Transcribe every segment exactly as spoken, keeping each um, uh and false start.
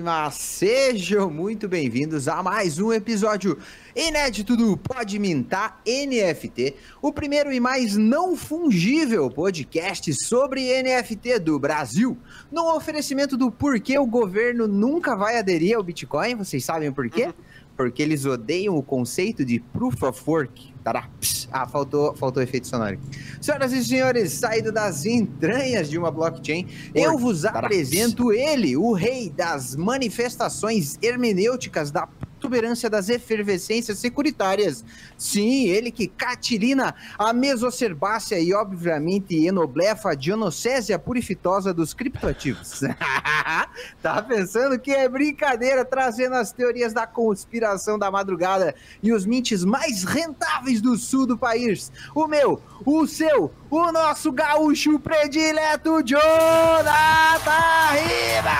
máxima! Sejam muito bem-vindos a mais um episódio inédito do Pode Mintar N F T, o primeiro e mais não fungível podcast sobre N F T do Brasil, num oferecimento do porquê o governo nunca vai aderir ao Bitcoin. Vocês sabem por quê? Porque eles odeiam o conceito de Proof of Work. Tará. Ah, faltou, faltou efeito sonoro. Senhoras e senhores, saído das entranhas de uma blockchain, eu vos apresento ele, o rei das manifestações hermenêuticas da protuberância das efervescências securitárias. Sim, ele que catilina a mesocerbácea e, obviamente, enoblefa a dionocésia purifitosa dos criptoativos. Tá pensando que é brincadeira, trazendo as teorias da conspiração da madrugada e os mints mais rentáveis do sul do país. O meu, o seu, o nosso gaúcho predileto, Jonathan Riba!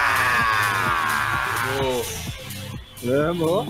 Oh. Vamos!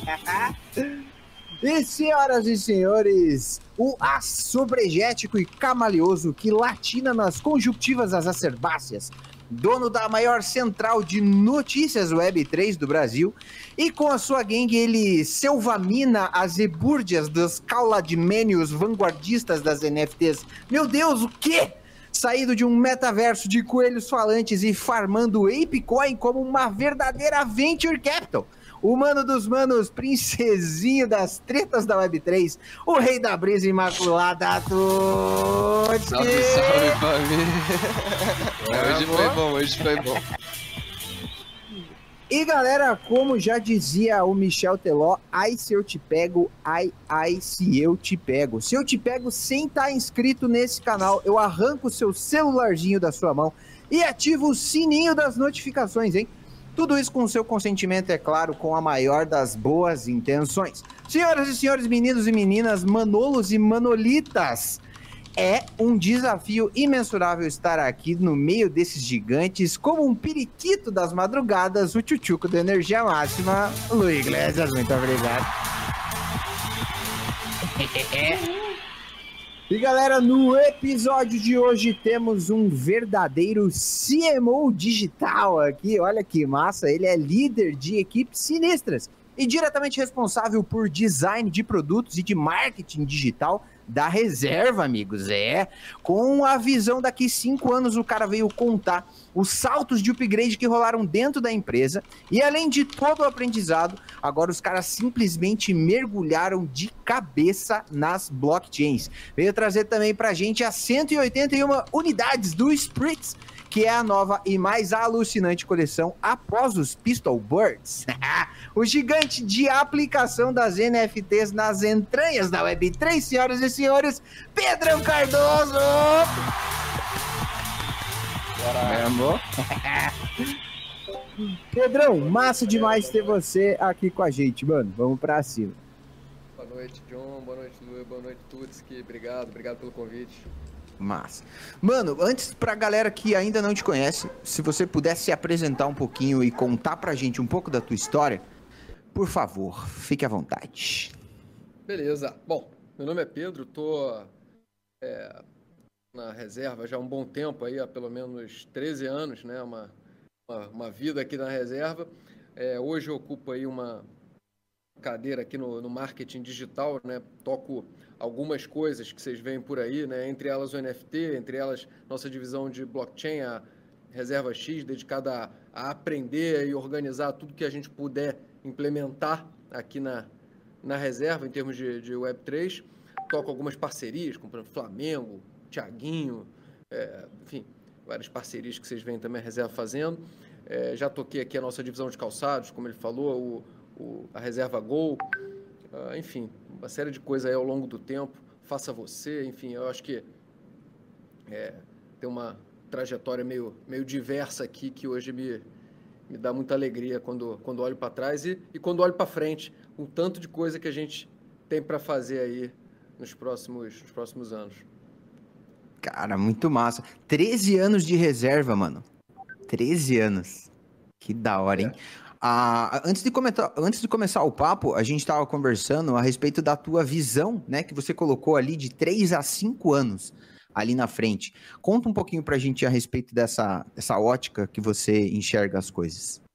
E senhoras e senhores, o assobregético e camaleoso que latina nas conjuntivas exacerbáceas, dono da maior central de notícias web três do Brasil, e com a sua gangue ele selvamina as ebúrdias dos cauladimênios vanguardistas das N F Ts. Meu Deus, o quê? Saído de um metaverso de coelhos falantes e farmando ApeCoin como uma verdadeira venture capital. O mano dos manos, princesinho das tretas da web três, o rei da brisa imaculada, Tuti! Salve, salve, família! Hoje foi bom, hoje foi bom. E galera, como já dizia o Michel Teló, ai se eu te pego, ai, ai se eu te pego. Se eu te pego sem estar inscrito nesse canal, eu arranco o seu celularzinho da sua mão e ativo o sininho das notificações, hein? Tudo isso com o seu consentimento, é claro, com a maior das boas intenções. Senhoras e senhores, meninos e meninas, manolos e manolitas, é um desafio imensurável estar aqui no meio desses gigantes, como um periquito das madrugadas, o tchutchuco da energia máxima, Luiz Iglesias. Muito obrigado. E galera, no episódio de hoje temos um verdadeiro C M O digital aqui, olha que massa, ele é líder de equipes sinistras e diretamente responsável por design de produtos e de marketing digital da Reserva, amigos. É, com a visão daqui cinco anos o cara veio contar os saltos de upgrade que rolaram dentro da empresa e além de todo o aprendizado, agora os caras simplesmente mergulharam de cabeça nas blockchains. Veio trazer também pra gente as cento e oitenta e uma unidades do Spritz, que é a nova e mais alucinante coleção após os Pistol Birds. O gigante de aplicação das N F Ts nas entranhas da web três, senhoras e senhores, Pedrão Cardoso! Bora, amor! Pedrão, massa demais ter você aqui com a gente, mano. Vamos pra cima. Boa noite, John. Boa noite, Lu. Boa noite, Tutski. Obrigado, obrigado pelo convite. Massa. Mano, antes pra galera que ainda não te conhece, se você pudesse se apresentar um pouquinho e contar pra gente um pouco da tua história, por favor, fique à vontade. Beleza. Bom, meu nome é Pedro, tô é, na reserva já há um bom tempo, aí, há pelo menos treze anos, né? Uma, uma, uma vida aqui na reserva. É, hoje eu ocupo aí uma cadeira aqui no, no marketing digital, né? Toco algumas coisas que vocês veem por aí, né? Entre elas o N F T, entre elas nossa divisão de blockchain, a Reserva X, dedicada a, a aprender e organizar tudo que a gente puder implementar aqui na, na reserva em termos de, de web três. Toco algumas parcerias, com o Flamengo, Thiaguinho, é, enfim, várias parcerias que vocês veem também a reserva fazendo. É, já toquei aqui a nossa divisão de calçados, como ele falou, o, o, a Reserva Gol, uh, enfim, uma série de coisas aí ao longo do tempo. Faça você, enfim, eu acho que é, tem uma trajetória meio, meio diversa aqui que hoje me, me dá muita alegria quando, quando olho para trás e, e quando olho para frente, o tanto de coisa que a gente tem para fazer aí nos próximos, nos próximos anos. Cara, muito massa. treze anos de reserva, mano. treze anos. Que da hora, hein? É. Ah, antes, de comentar, antes de começar o papo, a gente estava conversando a respeito da tua visão, né? Que você colocou ali de três a cinco anos ali na frente. Conta um pouquinho pra gente a respeito dessa, dessa ótica que você enxerga as coisas.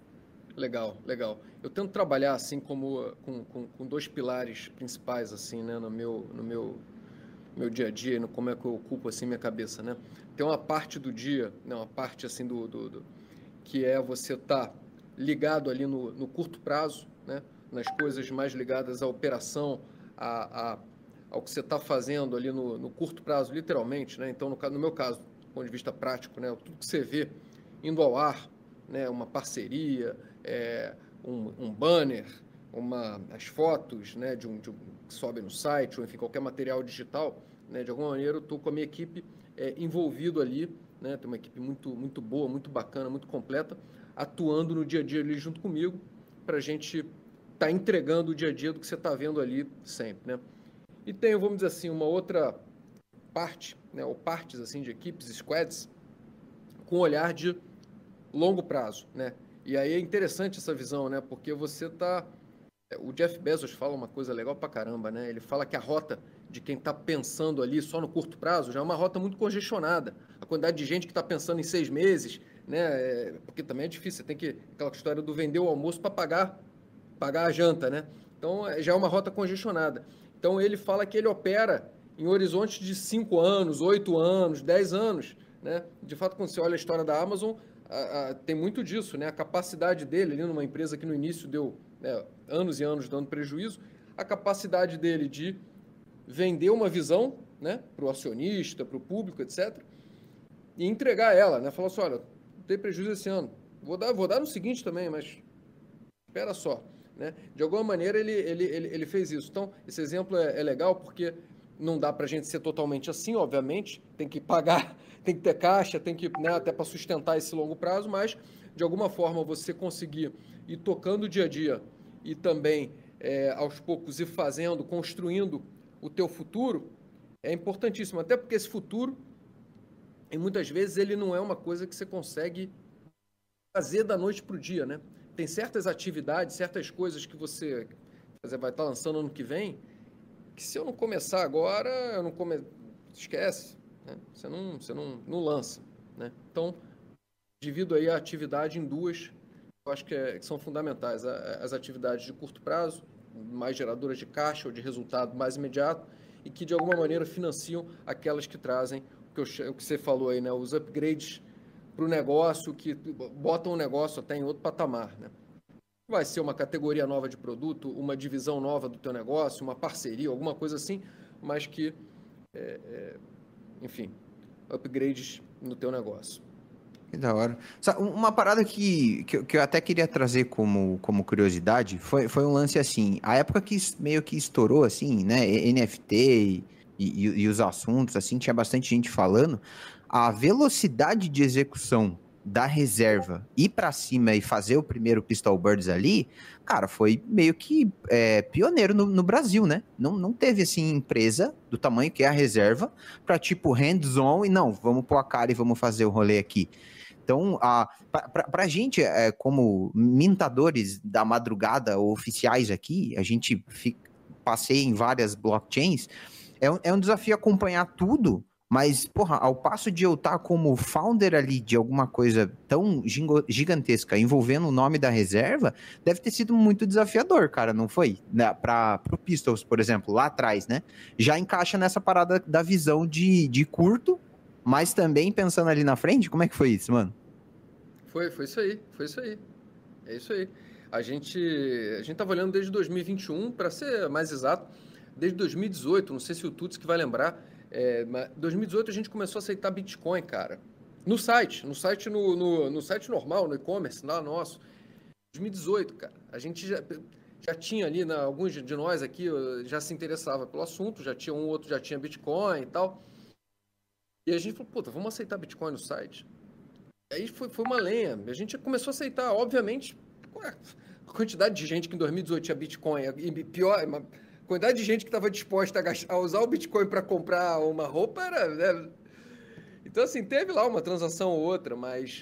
Legal, legal. Eu tento trabalhar assim como com, com, com dois pilares principais assim, né, no meu no meu meu dia a dia, no como é que eu ocupo assim minha cabeça, né? Tem uma parte do dia, né, uma parte assim do, do, do que é você estar ligado ali no, no curto prazo, né, nas coisas mais ligadas à operação, a, a ao que você está fazendo ali no, no curto prazo, literalmente, né? Então, no, no meu caso, do ponto de vista prático, né, tudo que você vê indo ao ar, né, uma parceria, é, um, um banner, uma, as fotos, né, de um, de um que sobe no site, ou enfim, qualquer material digital, né, de alguma maneira eu estou com a minha equipe é, envolvido ali, né, tem uma equipe muito, muito boa, muito bacana, muito completa, atuando no dia a dia ali junto comigo, para a gente estar tá entregando o dia a dia do que você está vendo ali sempre, né. E tem, vamos dizer assim, uma outra parte, né, ou partes assim de equipes, squads, com olhar de longo prazo, né? E aí é interessante essa visão, né? Porque você está... O Jeff Bezos fala uma coisa legal pra caramba, né? Ele fala que a rota de quem está pensando ali só no curto prazo já é uma rota muito congestionada. A quantidade de gente que está pensando em seis meses, né? Porque também é difícil, você tem que... Aquela história do vender o almoço para pagar, pagar a janta, né? Então já é uma rota congestionada. Então ele fala que ele opera em horizontes de cinco anos, oito anos, dez anos, né? De fato, quando você olha a história da Amazon, a, a, tem muito disso, né? A capacidade dele, ali numa empresa que no início deu, né, anos e anos dando prejuízo, a capacidade dele de vender uma visão, né, para o acionista, para o público, etcétera, e entregar ela, né? Falar assim, olha, tem prejuízo esse ano, vou dar, vou dar no seguinte também, mas espera só, né? De alguma maneira ele, ele, ele, ele fez isso. Então, esse exemplo é, é legal porque não dá para a gente ser totalmente assim, obviamente, tem que pagar, tem que ter caixa, tem que, né, até para sustentar esse longo prazo, mas de alguma forma você conseguir ir tocando o dia a dia e também é, aos poucos ir fazendo, construindo o teu futuro, é importantíssimo, até porque esse futuro, e muitas vezes ele não é uma coisa que você consegue fazer da noite para o dia, né? Tem certas atividades, certas coisas que você, você vai estar lançando ano que vem, que se eu não começar agora, eu não come... esquece, né? Você não, você não, não lança, né? Então, divido aí a atividade em duas, eu acho que, é, que são fundamentais. As atividades de curto prazo, mais geradoras de caixa ou de resultado mais imediato, e que de alguma maneira financiam aquelas que trazem o que, eu, o que você falou aí, né? Os upgrades para o negócio, que botam o negócio até em outro patamar, né? Vai ser uma categoria nova de produto, uma divisão nova do teu negócio, uma parceria, alguma coisa assim, mas que, é, é, enfim, upgrades no teu negócio. Que da hora. Uma parada que, que, que eu até queria trazer como, como curiosidade foi, foi um lance assim, a época que meio que estourou assim, né, N F T e, e, e os assuntos, assim, tinha bastante gente falando, a velocidade de execução da reserva ir para cima e fazer o primeiro Pistol Birds ali, cara, foi meio que é, pioneiro no, no Brasil, né? Não, não teve, assim, empresa do tamanho que é a reserva para, tipo, hands-on e não, vamos pôr a cara e vamos fazer o rolê aqui. Então, para a gente, é, como mintadores da madrugada oficiais aqui, a gente fica, passeia em várias blockchains, é um, é um desafio acompanhar tudo, mas, porra, ao passo de eu estar como founder ali de alguma coisa tão gigantesca envolvendo o nome da reserva, deve ter sido muito desafiador, cara, não foi? Para o Pistols, por exemplo, lá atrás, né? Já encaixa nessa parada da visão de, de curto, mas também pensando ali na frente, como é que foi isso, mano? Foi, foi isso aí, foi isso aí. É isso aí. A gente a gente estava olhando desde dois mil e vinte e um, para ser mais exato, desde dois mil e dezoito, não sei se o Tuts que vai lembrar, é, mas dois mil e dezoito a gente começou a aceitar Bitcoin, cara. No site, no site no, no, no site normal, no e-commerce, lá nosso. dois mil e dezoito, cara. A gente já, já tinha ali, né, alguns de nós aqui já se interessava pelo assunto, já tinha um outro, já tinha Bitcoin e tal. E a gente falou, puta, vamos aceitar Bitcoin no site. Aí foi, foi uma lenha. A gente começou a aceitar, obviamente, a quantidade de gente que em dois mil e dezoito tinha Bitcoin, e pior, a quantidade de gente que estava disposta a, gastar, a usar o Bitcoin para comprar uma roupa era... Né? Então, assim, teve lá uma transação ou outra, mas...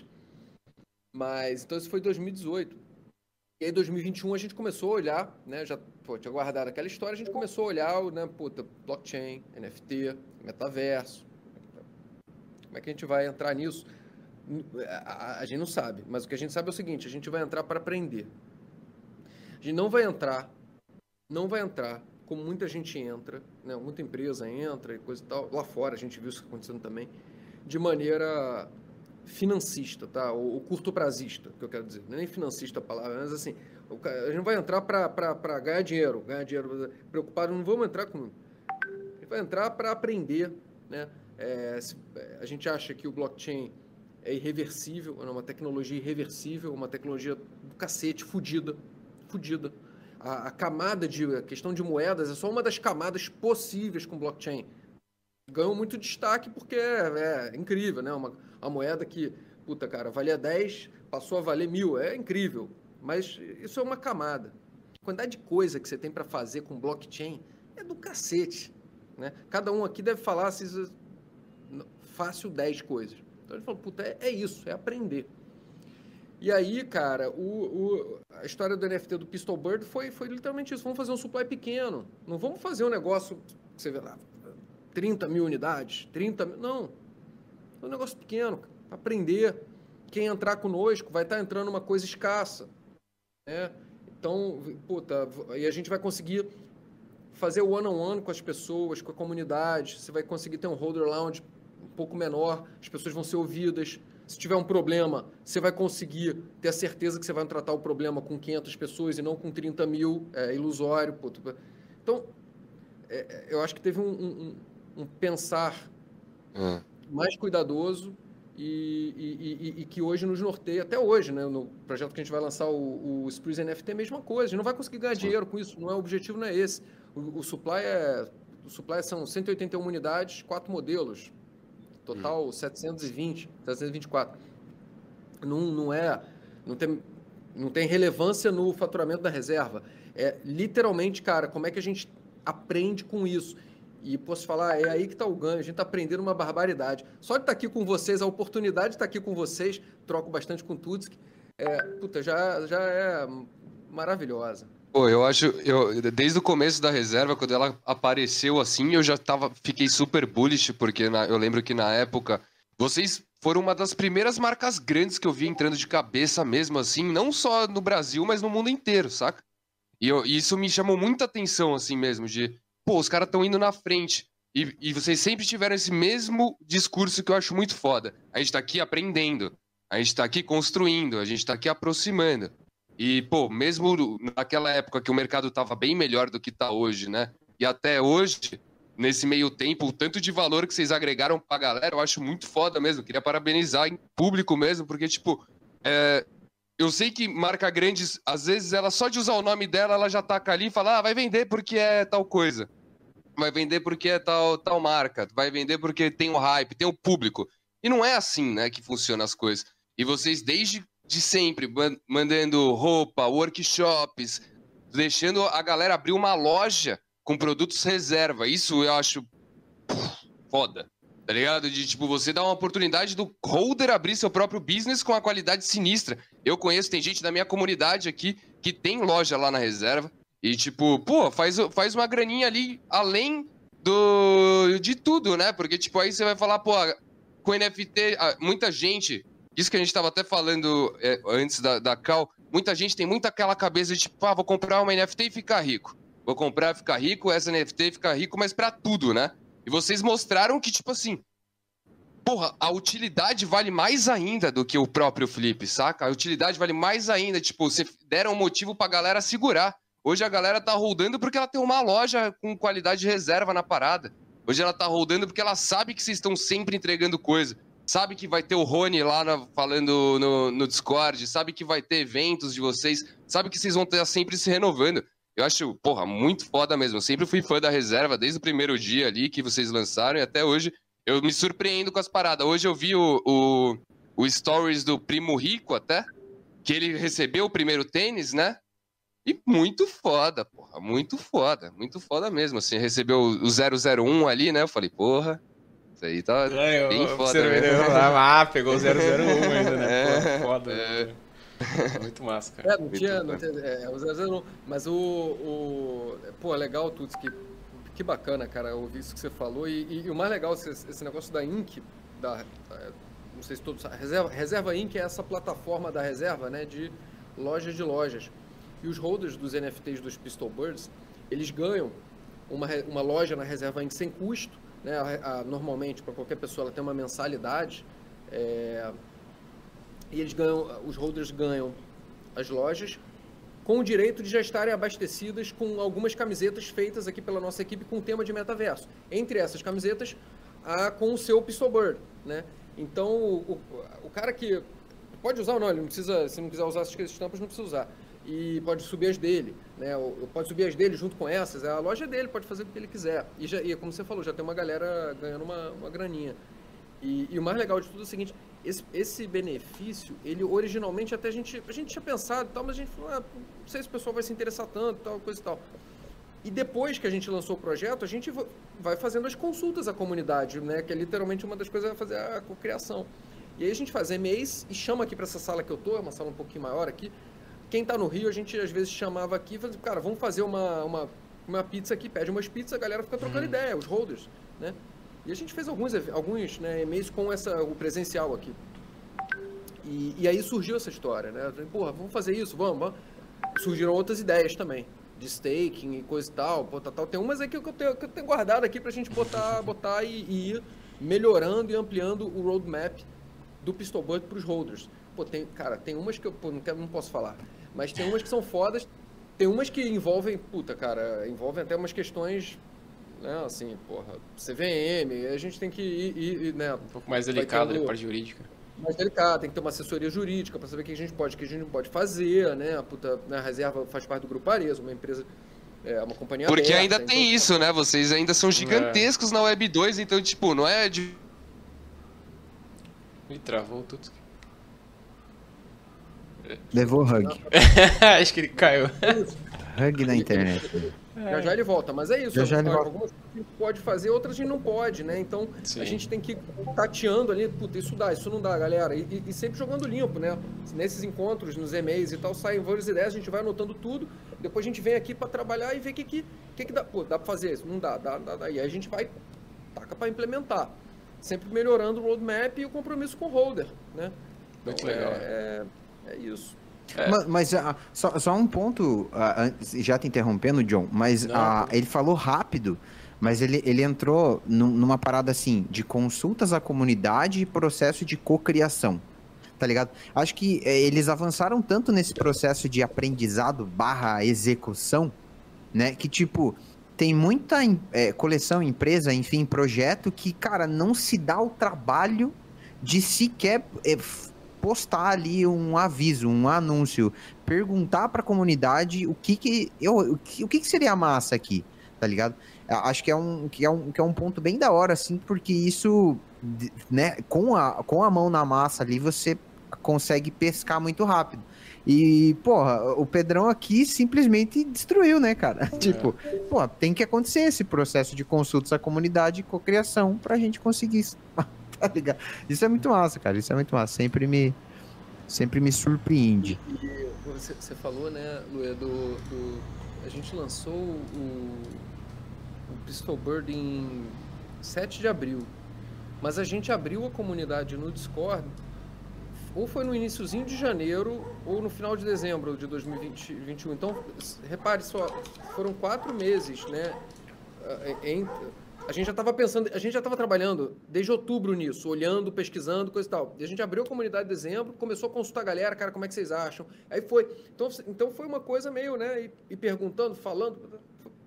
mas então, isso foi dois mil e dezoito. E aí, em dois mil e vinte e um, a gente começou a olhar, né? Já pô, tinha guardado aquela história, a gente começou a olhar, né? Puta, blockchain, N F T, metaverso. Como é que a gente vai entrar nisso? A, a gente não sabe, mas o que a gente sabe é o seguinte, a gente vai entrar para aprender. A gente não vai entrar, não vai entrar, como muita gente entra, né? Muita empresa entra e coisa e tal, lá fora a gente viu isso acontecendo também, de maneira financista, tá? Ou, ou curto-prazista, que eu quero dizer. Não é nem financista a palavra, mas assim, a gente não vai entrar para ganhar dinheiro, ganhar dinheiro preocupado, não vamos entrar com... A gente vai entrar para aprender, né? É, se, a gente acha que o blockchain é irreversível, é uma tecnologia irreversível, uma tecnologia do cacete, fodida, fodida. A, a camada de... A questão de moedas é só uma das camadas possíveis com blockchain. Ganhou muito destaque porque é, é incrível, né? Uma, uma moeda que, puta, cara, valia dez, passou a valer mil. É incrível. Mas isso é uma camada. A quantidade de coisa que você tem para fazer com blockchain é do cacete, né? Cada um aqui deve falar se, fácil dez coisas. Então ele falou, puta, é, é isso, é aprender. E aí, cara, o, o, a história do N F T do Pistol Bird foi, foi literalmente isso. Vamos fazer um supply pequeno. Não vamos fazer um negócio, você vê lá, trinta mil unidades, trinta mil... Não. É um negócio pequeno, para aprender. Quem entrar conosco vai estar entrando uma coisa escassa, né? Então, puta, e a gente vai conseguir fazer o one-on-one com as pessoas, com a comunidade. Você vai conseguir ter um holder lounge um pouco menor, as pessoas vão ser ouvidas. Se tiver um problema, você vai conseguir ter a certeza que você vai tratar o problema com quinhentas pessoas e não com trinta mil, é ilusório. Puta. Então, é, eu acho que teve um, um, um pensar hum. mais cuidadoso e, e, e, e que hoje nos norteia, até hoje, né? No projeto que a gente vai lançar, o, o Spruce N F T, mesma coisa. A gente não vai conseguir ganhar dinheiro com isso, não é, o objetivo não é esse. O, o, supply, é, o supply são cento e oitenta e uma unidades, quatro modelos, total hum. setecentos e vinte, setecentos e vinte e quatro. Não, não é... Não tem, não tem relevância no faturamento da reserva. É literalmente, cara, como é que a gente aprende com isso? E posso falar, é aí que está o ganho, a gente está aprendendo uma barbaridade. Só de estar aqui com vocês, a oportunidade de estar aqui com vocês, troco bastante com o Tutski, é, puta, já, já é maravilhosa. Pô, eu acho, eu, desde o começo da reserva, quando ela apareceu assim, eu já tava, fiquei super bullish, porque na, eu lembro que na época, vocês foram uma das primeiras marcas grandes que eu vi entrando de cabeça mesmo assim, não só no Brasil, mas no mundo inteiro, saca? E, eu, e isso me chamou muita atenção assim mesmo, de... Pô, os caras estão indo na frente. E, e vocês sempre tiveram esse mesmo discurso que eu acho muito foda. A gente tá aqui aprendendo. A gente tá aqui construindo. A gente tá aqui aproximando. E, pô, mesmo naquela época que o mercado tava bem melhor do que tá hoje, né? E até hoje, nesse meio tempo, o tanto de valor que vocês agregaram pra galera, eu acho muito foda mesmo. Eu queria parabenizar em público mesmo, porque, tipo... É... Eu sei que marca grandes, às vezes, ela só de usar o nome dela, ela já taca ali e fala, ah, vai vender porque é tal coisa. Vai vender porque é tal, tal marca. Vai vender porque tem o hype, tem o público. E não é assim, né, que funcionam as coisas. E vocês, desde de sempre, mandando roupa, workshops, deixando a galera abrir uma loja com produtos reserva. Isso eu acho pff, foda. Tá ligado? De, tipo, você dá uma oportunidade do holder abrir seu próprio business com uma qualidade sinistra. Eu conheço, tem gente da minha comunidade aqui que tem loja lá na reserva e, tipo, pô, faz, faz uma graninha ali além do, de tudo, né? Porque, tipo, aí você vai falar, pô, com N F T, muita gente, isso que a gente tava até falando é, antes da, da Cal, muita gente tem muito aquela cabeça de, tipo, ah, vou comprar uma N F T e ficar rico. Vou comprar e ficar rico, essa N F T e ficar rico, mas pra tudo, né? E vocês mostraram que, tipo assim, porra, a utilidade vale mais ainda do que o próprio flip, saca? A utilidade vale mais ainda, tipo, vocês deram um motivo pra galera segurar. Hoje a galera tá holdando porque ela tem uma loja com qualidade de reserva na parada. Hoje ela tá holdando porque ela sabe que vocês estão sempre entregando coisa. Sabe que vai ter o Rony lá na, falando no, no Discord, sabe que vai ter eventos de vocês, sabe que vocês vão estar sempre se renovando. Eu acho, porra, muito foda mesmo. Eu sempre fui fã da reserva, desde o primeiro dia ali que vocês lançaram e até hoje eu me surpreendo com as paradas. Hoje eu vi o, o, o stories do Primo Rico até, que ele recebeu o primeiro tênis, né? E muito foda, porra, muito foda, muito foda mesmo. Assim, recebeu o zero zero um ali, né? Eu falei, porra, isso aí tá é, bem foda. Você mesmo. Ah, pegou o zero zero um ainda, né? É, porra, foda. É. Né? Muito massa, cara. É, não tinha, não tinha é, o zero zero um, mas o, o... Pô, é legal, Tuts, que, que bacana, cara, ouvir isso que você falou. E, e, e o mais legal, esse, esse negócio da Ink, da, não sei se todos sabem, Reserva, Reserva Incorporated é essa plataforma da Reserva, né, de lojas de lojas. E os holders dos N F Ts dos Pistol Birds, eles ganham uma, uma loja na Reserva Incorporated sem custo, né, a, a, normalmente, para qualquer pessoa, ela tem uma mensalidade, é, e eles ganham, os holders ganham as lojas com o direito de já estarem abastecidas com algumas camisetas feitas aqui pela nossa equipe com o tema de metaverso. Entre essas camisetas, a, com o seu Pistol Bird, né? Então, o, o, o cara que... Pode usar ou não, ele não precisa... Se não quiser usar essas estampas, não precisa usar. E pode subir as dele, né? Ou, pode subir as dele junto com essas. A loja é dele, pode fazer o que ele quiser. E, já, e como você falou, já tem uma galera ganhando uma, uma graninha. E, e o mais legal de tudo é o seguinte... Esse, esse benefício, ele originalmente até a gente, a gente tinha pensado e tal, mas a gente falou, ah, não sei se o pessoal vai se interessar tanto, tal, coisa e tal. E depois que a gente lançou o projeto, a gente vai fazendo as consultas à comunidade, né? Que é literalmente uma das coisas, é fazer a cocriação. E aí a gente faz e-mails e chama aqui para essa sala que eu tô, é uma sala um pouquinho maior aqui. Quem tá no Rio, a gente às vezes chamava aqui e falava, cara, vamos fazer uma, uma, uma pizza aqui, pede umas pizzas, a galera fica trocando hum. ideia, os holders, né? E a gente fez alguns, alguns né, e-mails com essa, o presencial aqui. E, e aí surgiu essa história, né? Porra, vamos fazer isso, vamos, vamos. Surgiram outras ideias também, de staking e coisa e tal, pô, tal, tal. Tem umas aqui que eu tenho, que eu tenho guardado aqui pra gente botar, botar e, e ir melhorando e ampliando o roadmap do Pistol Bird pros holders. Pô, tem, cara, tem umas que eu pô, não, quero, não posso falar, mas tem umas que são fodas, tem umas que envolvem, puta, cara, envolvem até umas questões... Né, assim, porra, C V M, a gente tem que ir, ir, ir né, um pouco mais delicado a parte jurídica. Mais delicado, tem que ter uma assessoria jurídica para saber o que a gente pode, o que a gente não pode fazer, né? A puta, né, a Reserva faz parte do Grupo Ares, uma empresa, é, uma companhia Porque aberta, ainda então, tem isso, né? Vocês ainda são gigantescos é. na Web dois, então, tipo, não é de... Ih, travou tudo. Levou hug. Acho que ele caiu. Hug na internet. Já já ele volta, mas é isso. Já já ele algumas volta. coisas a gente pode fazer, outras a gente não pode, né? Então Sim. a gente tem que ir tateando ali, puta, isso dá, isso não dá, galera. E, e sempre jogando limpo, né? Nesses encontros, nos e-mails e tal, saem várias ideias, a gente vai anotando tudo, depois a gente vem aqui para trabalhar e ver o que, que, que, que dá. Pô, dá para fazer isso? Não dá, dá, dá, dá. E aí a gente vai, taca para implementar. Sempre melhorando o roadmap e o compromisso com o holder, né? Então, Muito legal. É, é, é isso. É. Mas, mas uh, só, só um ponto, uh, já te interrompendo, John, mas uh, ele falou rápido, mas ele, ele entrou num, numa parada assim, de consultas à comunidade e processo de cocriação, tá ligado? Acho que eh, eles avançaram tanto nesse processo de aprendizado barra execução, né, que tipo, tem muita é, coleção, empresa, enfim, projeto que, cara, não se dá o trabalho de sequer... É, postar ali um aviso, um anúncio, perguntar para a comunidade o que que eu, o que, o que que seria a massa aqui, tá ligado? Acho que é um que é um, que é um ponto bem da hora, assim, porque isso, né, com a, com a mão na massa ali, você consegue pescar muito rápido. E, porra, o Pedrão aqui simplesmente destruiu, né, cara? É. Tipo, porra, tem que acontecer esse processo de consultas à comunidade e cocriação pra gente conseguir isso. Tá ligado? Isso é muito massa, cara. Isso é muito massa. Sempre me, sempre me surpreende. E você, você falou, né, Luê, do, do... A gente lançou o, o Pistol Bird em sete de abril. Mas a gente abriu a comunidade no Discord, ou foi no iniciozinho de janeiro, ou no final de dezembro de dois mil e vinte e um. Então, repare só, foram quatro meses, né, entre... A gente já estava pensando, a gente já estava trabalhando desde outubro nisso, olhando, pesquisando, coisa e tal. E a gente abriu a comunidade em dezembro, começou a consultar a galera, cara, como é que vocês acham? Aí foi. Então, então foi uma coisa meio, né, e, e perguntando, falando.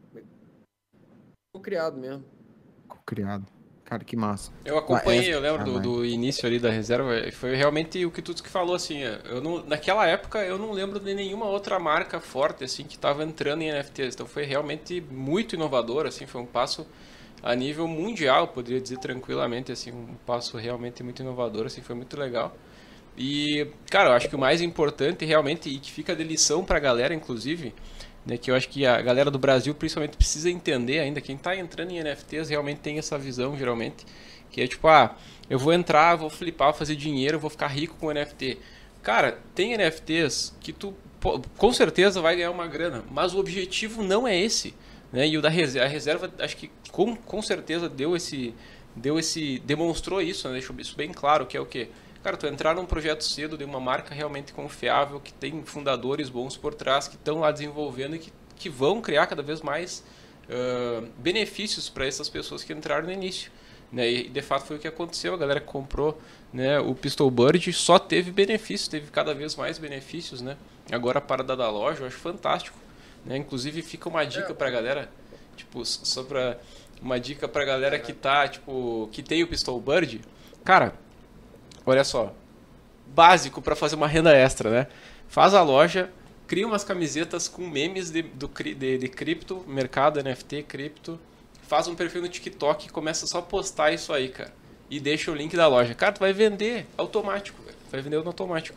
Ficou criado mesmo. Ficou criado. Cara, que massa. Eu acompanhei, eu lembro do, do início ali da reserva, foi realmente o que tu que falou, assim, eu não, naquela época eu não lembro de nenhuma outra marca forte, assim, que estava entrando em N F Ts. Então foi realmente muito inovador, assim, foi um passo... A nível mundial, poderia dizer tranquilamente, assim, um passo realmente muito inovador, assim, foi muito legal. E, cara, eu acho que o mais importante realmente, e que fica de lição pra galera, inclusive, né, que eu acho que a galera do Brasil principalmente precisa entender ainda, quem tá entrando em N F Ts realmente tem essa visão, geralmente, que é tipo, ah, eu vou entrar, vou flipar, vou fazer dinheiro, vou ficar rico com N F T. Cara, tem N F Ts que tu, com certeza, vai ganhar uma grana, mas o objetivo não é esse. né? E o da reserva, a reserva acho que com, com certeza deu esse, deu esse, demonstrou isso, né? Deixou isso bem claro, que é o quê? Cara, tu entrar num projeto cedo de uma marca realmente confiável, que tem fundadores bons por trás, que estão lá desenvolvendo e que, que vão criar cada vez mais uh, benefícios para essas pessoas que entraram no início. Né? E de fato foi o que aconteceu, a galera que comprou, né, o Pistol Bird só teve benefícios, teve cada vez mais benefícios, né? Agora a parada da loja eu acho fantástico, né? Inclusive fica uma dica pra galera, tipo, só pra uma dica pra galera que tá, tipo, que tem o Pistol Bird, cara, olha só, básico pra fazer uma renda extra, né? Faz a loja, cria umas camisetas com memes de, do, de, de cripto, mercado, N F T, cripto, faz um perfil no TikTok e começa só a postar isso aí, cara. E deixa o link da loja. Cara, tu vai vender automático, velho. Vai vender no automático.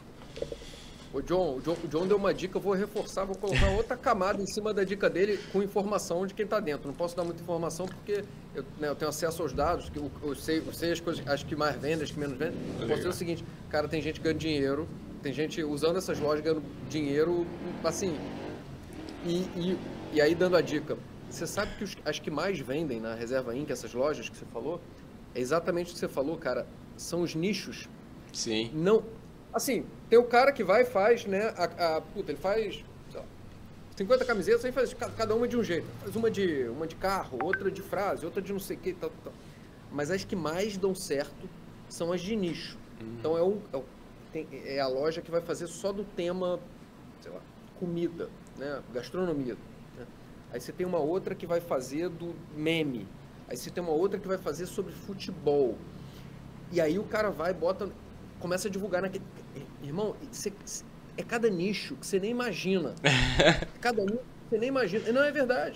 O John, o John, o John deu uma dica, eu vou reforçar, vou colocar outra camada em cima da dica dele com informação de quem tá dentro. Não posso dar muita informação porque eu, né, eu tenho acesso aos dados, que eu, eu, sei, eu sei as coisas, as que mais vendem, as que menos vendem. Eu posso dizer o seguinte, cara, tem gente ganhando dinheiro, tem gente usando essas lojas ganhando dinheiro, assim, e, e, e aí dando a dica. Você sabe que os, as que mais vendem na Reserva Inc, essas lojas que você falou, é exatamente o que você falou, cara. São os nichos. Sim. Não, assim, tem o cara que vai e faz, né? A, a, puta, ele faz sei lá, cinquenta camisetas, aí faz cada uma de um jeito. Faz uma de, uma de carro, outra de frase, outra de não sei o que, tal, tal. Mas as que mais dão certo são as de nicho. Uhum. Então é, o, é, o, tem, é a loja que vai fazer só do tema, sei lá, comida, né? Gastronomia. Né? Aí você tem uma outra que vai fazer do meme. Aí você tem uma outra que vai fazer sobre futebol. E aí o cara vai, bota, começa a divulgar naquele... Irmão, você, é cada nicho que você nem imagina. Cada nicho que você nem imagina. E não é verdade.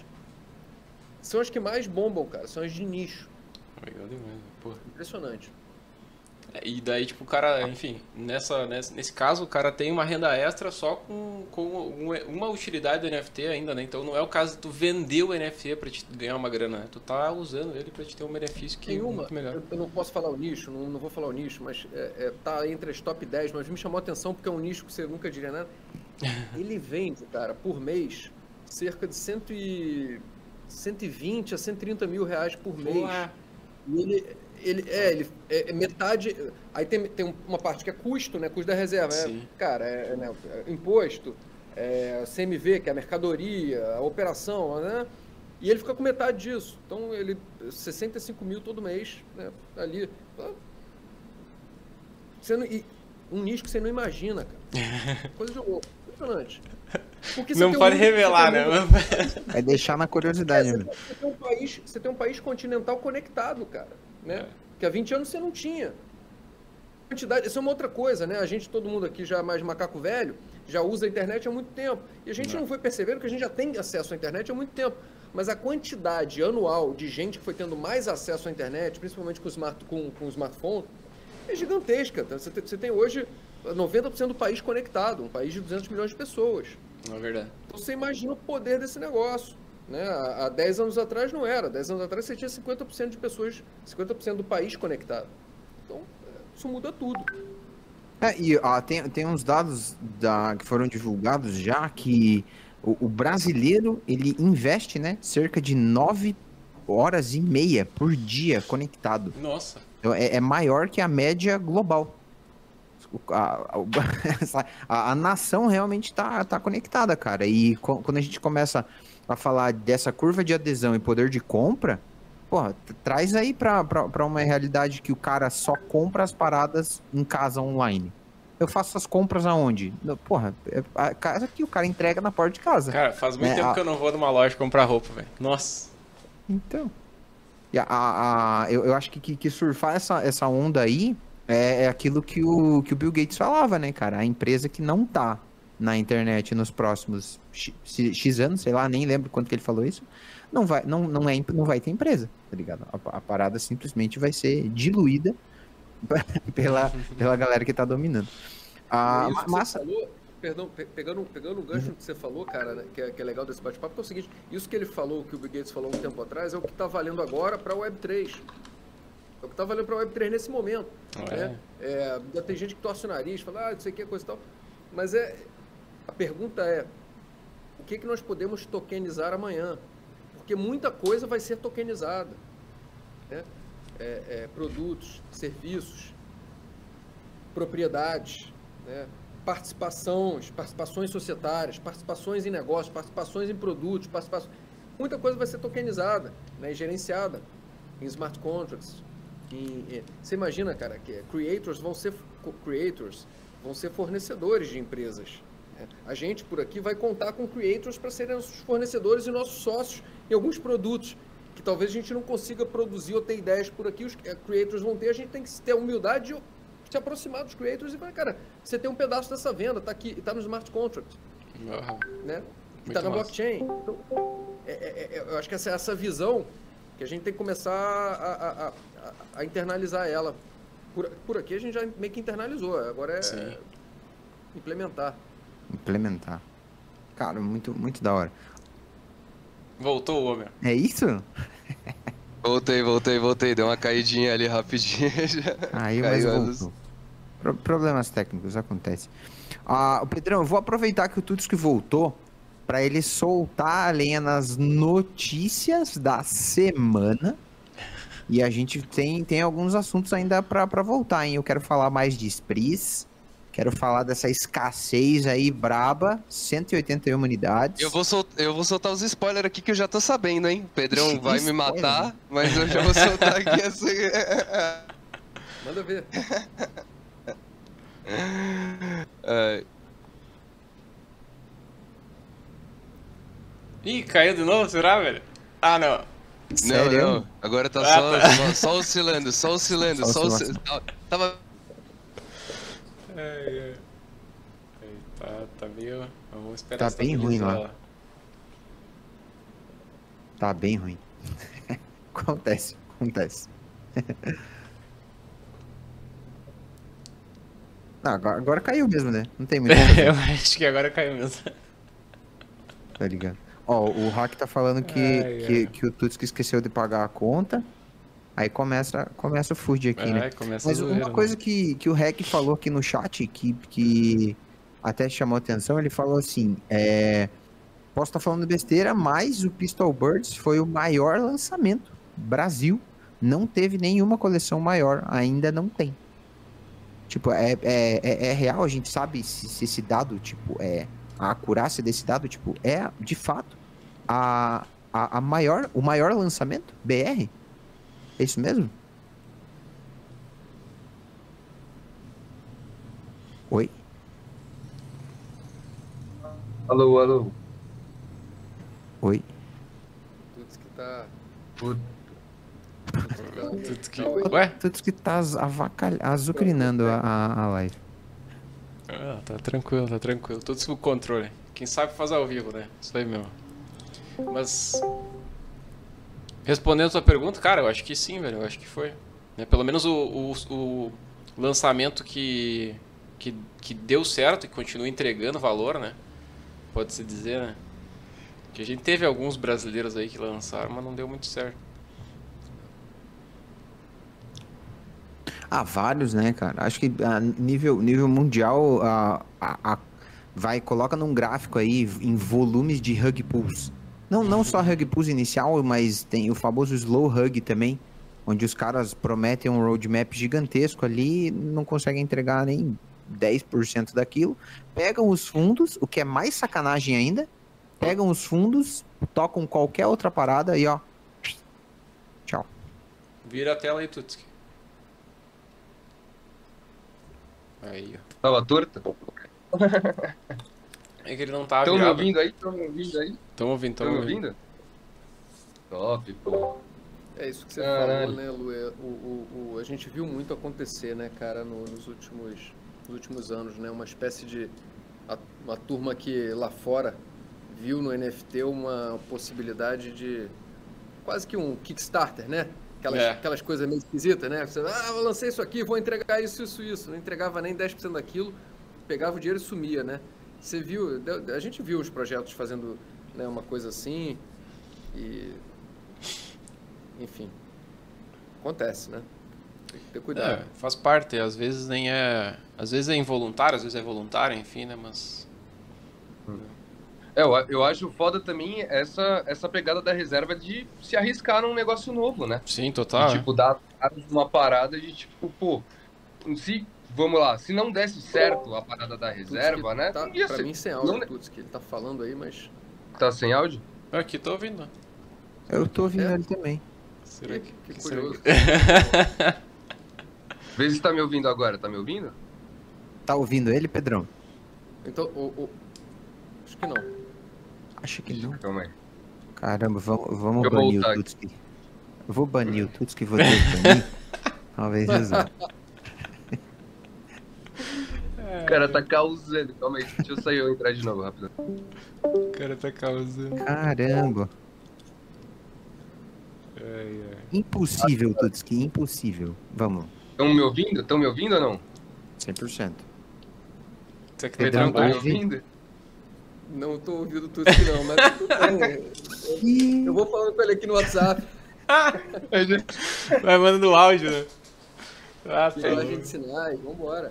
São as que mais bombam, cara. São as de nicho. Legal demais, pô. Impressionante. E daí, tipo, o cara, enfim, nessa, nesse, nesse caso, o cara tem uma renda extra só com, com uma utilidade do N F T ainda, né? Então não é o caso de tu vender o N F T pra te ganhar uma grana, né? Tu tá usando ele pra te ter um benefício que é muito melhor. Eu, eu não posso falar o nicho, não, não vou falar o nicho, mas é, é, tá entre as top dez, mas me chamou a atenção porque é um nicho que você nunca diria nada. Ele vende, cara, por mês, cerca de cento e vinte a cento e trinta mil reais por mês. Ué. E ele... Ele, é, ele, é, metade, aí tem, tem uma parte que é custo, né, custo da reserva, é, cara, é, né, imposto, é, C M V, que é a mercadoria, a operação, né, e ele fica com metade disso, então ele, sessenta e cinco mil todo mês, né, ali, você não, e um nicho que você não imagina, cara, coisa de louco, impressionante. Porque não pode um, revelar, né? Um... Vai deixar na curiosidade. É, você, você, tem um país, você tem um país continental conectado, cara. Né? É. Que há vinte anos você não tinha. Quantidade, isso é uma outra coisa, né? A gente, todo mundo aqui já é mais macaco velho, já usa a internet há muito tempo. E a gente não, não foi percebendo que a gente já tem acesso à internet há muito tempo. Mas a quantidade anual de gente que foi tendo mais acesso à internet, principalmente com o, smart, com, com o smartphone, é gigantesca. Você tem, você tem hoje noventa por cento do país conectado, um país de duzentos milhões de pessoas. É verdade. Então você imagina o poder desse negócio. Né? Há dez anos atrás não era. dez anos atrás você tinha cinquenta por cento de pessoas, cinquenta por cento do país conectado. Então, isso muda tudo. É, e ó, tem, tem uns dados da, que foram divulgados já que o, o brasileiro, ele investe, né, cerca de nove horas e meia por dia conectado. Nossa. Então, é, é maior que a média global. A, a, a, a nação realmente tá, tá conectada, cara. E quando a gente começa a falar dessa curva de adesão e poder de compra, porra, traz aí pra, pra, pra uma realidade que o cara só compra as paradas em casa online. Eu faço as compras aonde? Porra, é a casa que o cara entrega na porta de casa. Cara, faz muito é, tempo a... que eu não vou numa loja comprar roupa, velho. Nossa. Então. E a, a, a, eu, eu acho que, que, que surfar essa, essa onda aí é, é aquilo que o, que o Bill Gates falava, né, cara? A empresa que não tá na internet nos próximos X, X anos, sei lá, nem lembro quanto que ele falou isso, não vai, não, não é, não vai ter empresa, tá ligado? A, a parada simplesmente vai ser diluída pela, pela galera que tá dominando. Ah, isso massa... falou, perdão, pegando, pegando o gancho uhum. que você falou, cara, né, que, é, que é legal desse bate-papo, que é o seguinte, isso que ele falou, que o Bill Gates falou um tempo atrás, é o que tá valendo agora para a Web três. É o que tá valendo para a Web três nesse momento. Oh, né? é. É, já tem gente que torce o nariz, fala, ah, não sei o que, coisa e tal, mas é... A pergunta é, o que, que nós podemos tokenizar amanhã? porque muita coisa vai ser tokenizada, né? É, é, produtos, serviços, propriedades, né? participações, participações societárias, participações em negócios, participações em produtos, participações... muita coisa vai ser tokenizada, né? E gerenciada em smart contracts. Em, em... Você imagina, cara, que creators vão ser creators, vão ser fornecedores de empresas. Né? A gente por aqui vai contar com creators para serem nossos fornecedores e nossos sócios em alguns produtos que talvez a gente não consiga produzir ou ter ideias por aqui, os creators vão ter, a gente tem que ter a humildade de se aproximar dos creators e falar, cara, você tem um pedaço dessa venda, tá aqui, tá no smart contract, uhum. né? E tá na massa. Blockchain. Então, é, é, é, eu acho que essa, essa visão que a gente tem que começar a, a, a, a internalizar ela. Por, por aqui a gente já meio que internalizou, agora é Sim. implementar. Implementar. Cara, muito, muito da hora. Voltou o Homer. É isso? Voltei, voltei, voltei. Deu uma caidinha ali rapidinho. Aí, mas voltou. Pro, problemas técnicos, acontece. Ah, Pedrão, eu vou aproveitar que o Tutski voltou para ele soltar a lenha nas notícias da semana. E a gente tem, tem alguns assuntos ainda para voltar, hein? Eu quero falar mais de Spris. Quero falar dessa escassez aí braba, cento e oitenta e uma unidades. Eu vou, sol... eu vou soltar os spoilers aqui que eu já tô sabendo, hein? O Pedrão vai me matar, mas eu já vou soltar aqui assim. Manda ver. É... Ih, caiu de novo, será, velho? Ah, não. Sério? Não, não. Agora tá, ah, só, tá. só oscilando, só oscilando, só oscilando. Tava... É, é. Tá, tá meio... Vamos esperar. Tá bem ruim lá. Tá bem ruim. Acontece, acontece. Não, agora, agora caiu mesmo, né? Não tem muito. Eu acho que agora caiu mesmo. Tá ligado? Ó, o Hack tá falando que, ai, que, ai. que o Tutski esqueceu de pagar a conta. Aí começa, começa o food aqui, ai, né? Mas uma zoeira, coisa que, que o Hack falou aqui no chat, que, que até chamou atenção, ele falou assim, é, posso estar falando besteira, mas o Pistol Birds foi o maior lançamento. Brasil não teve nenhuma coleção maior, ainda não tem. Tipo, é, é, é, é real, a gente sabe se, se esse dado, tipo, é... A acurácia desse dado, tipo, é, de fato, a, a, a maior, o maior lançamento B R? É isso mesmo? Oi? Alô, alô. Oi? Tudo que tá... Tudo que... Ué? Tudo que tá avacalhando, azucrinando a, a live. Ah, tá tranquilo, tá tranquilo. Tudo sob controle. Quem sabe faz ao vivo, né? Isso aí mesmo. Mas... Respondendo a sua pergunta, cara, eu acho que sim, velho. Eu acho que foi. Né? Pelo menos o, o, o lançamento que, que, que deu certo e continua entregando valor, né? Pode-se dizer, né? Que a gente teve alguns brasileiros aí que lançaram, mas não deu muito certo. Ah, vários, né, cara? Acho que a nível, nível mundial, a, a, a, vai, coloca num gráfico aí em volumes de hug pulls. Não, não só hug pulls inicial, mas tem o famoso slow hug também, onde os caras prometem um roadmap gigantesco ali e não conseguem entregar nem dez por cento daquilo. Pegam os fundos, o que é mais sacanagem ainda, pegam os fundos, tocam qualquer outra parada e ó, tchau. Vira a tela aí, Tutski. Aí, ó. Tava torta? É que ele não tava virado. Tão me ouvindo aí? Tão me ouvindo aí? Tão ouvindo, tão, tão ouvindo. ouvindo. Top, pô. É isso que você Caralho. falou, né, Lu? É, o, o, o, a gente viu muito acontecer, né, cara, no, nos, últimos, nos últimos anos, né? Uma espécie de... A, uma turma que lá fora viu no N F T uma possibilidade de... Quase que um Kickstarter, né? Aquelas, é. aquelas coisas meio esquisitas, né? Você, ah, eu lancei isso aqui, vou entregar isso, isso, isso. Não entregava nem dez por cento daquilo, pegava o dinheiro e sumia, né? Você viu, a gente viu os projetos fazendo, né, uma coisa assim e... Enfim, acontece, né? Tem que ter cuidado. É, faz parte, às vezes nem é... Às vezes é involuntário, às vezes é voluntário, enfim, né? Mas... É, eu, eu acho foda também essa, essa pegada da reserva de se arriscar num negócio novo, né? Sim, total. De, tipo, dar uma parada de, tipo, pô, se, vamos lá, se não desse certo a parada da reserva, né? Tá, ia pra ser, mim, sem áudio, não... Tuts, que ele tá falando aí, mas... Tá sem áudio? Aqui, tô ouvindo. Eu tô ouvindo É? ele também. Será que... Que que será curioso. que- Vê se tá me ouvindo agora, tá me ouvindo? Tá ouvindo ele, Pedrão? Então, o, o... acho que não. Acho que não. Calma aí. Caramba, vamos, vamos Eu banir voltar o Tutski. Eu vou banir o Tutski, vou ter que banir. Talvez resolva. O cara tá causando. Calma aí, deixa eu sair e eu entrar de novo, rápido. O cara tá causando. Caramba. Ai, ai. Impossível, Tutski, impossível. Vamos, Estão me ouvindo? Estão me ouvindo ou não? cem por cento. Será que tá Pedrão, Estão me ouve? ouvindo? Não tô ouvindo tudo aqui não, mas tudo bem. Eu, eu vou falando com ele aqui no WhatsApp. Vai mandando áudio, né? Ah, tá Linguagem louco. de sinais, vambora.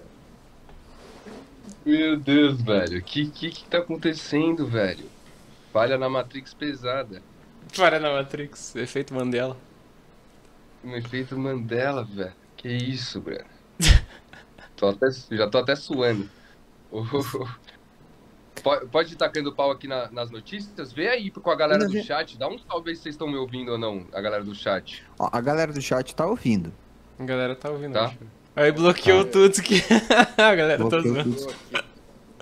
Meu Deus, velho. O que, que que tá acontecendo, velho? Falha na Matrix pesada. Para na Matrix, efeito Mandela. Um efeito Mandela, velho. Que isso, velho. Tô até, já tô até suando. Pode, pode ir tacando pau aqui na- nas notícias? Vê aí com a galera Ainda do vê. chat. Dá um salve aí se vocês estão me ouvindo ou não, a galera do chat. Ó, a galera do chat tá ouvindo. A galera tá ouvindo, Tá. acho. Aí bloqueou Tá. o Tutski. A galera tá Bloqueou zoando. tudo. Tô aqui.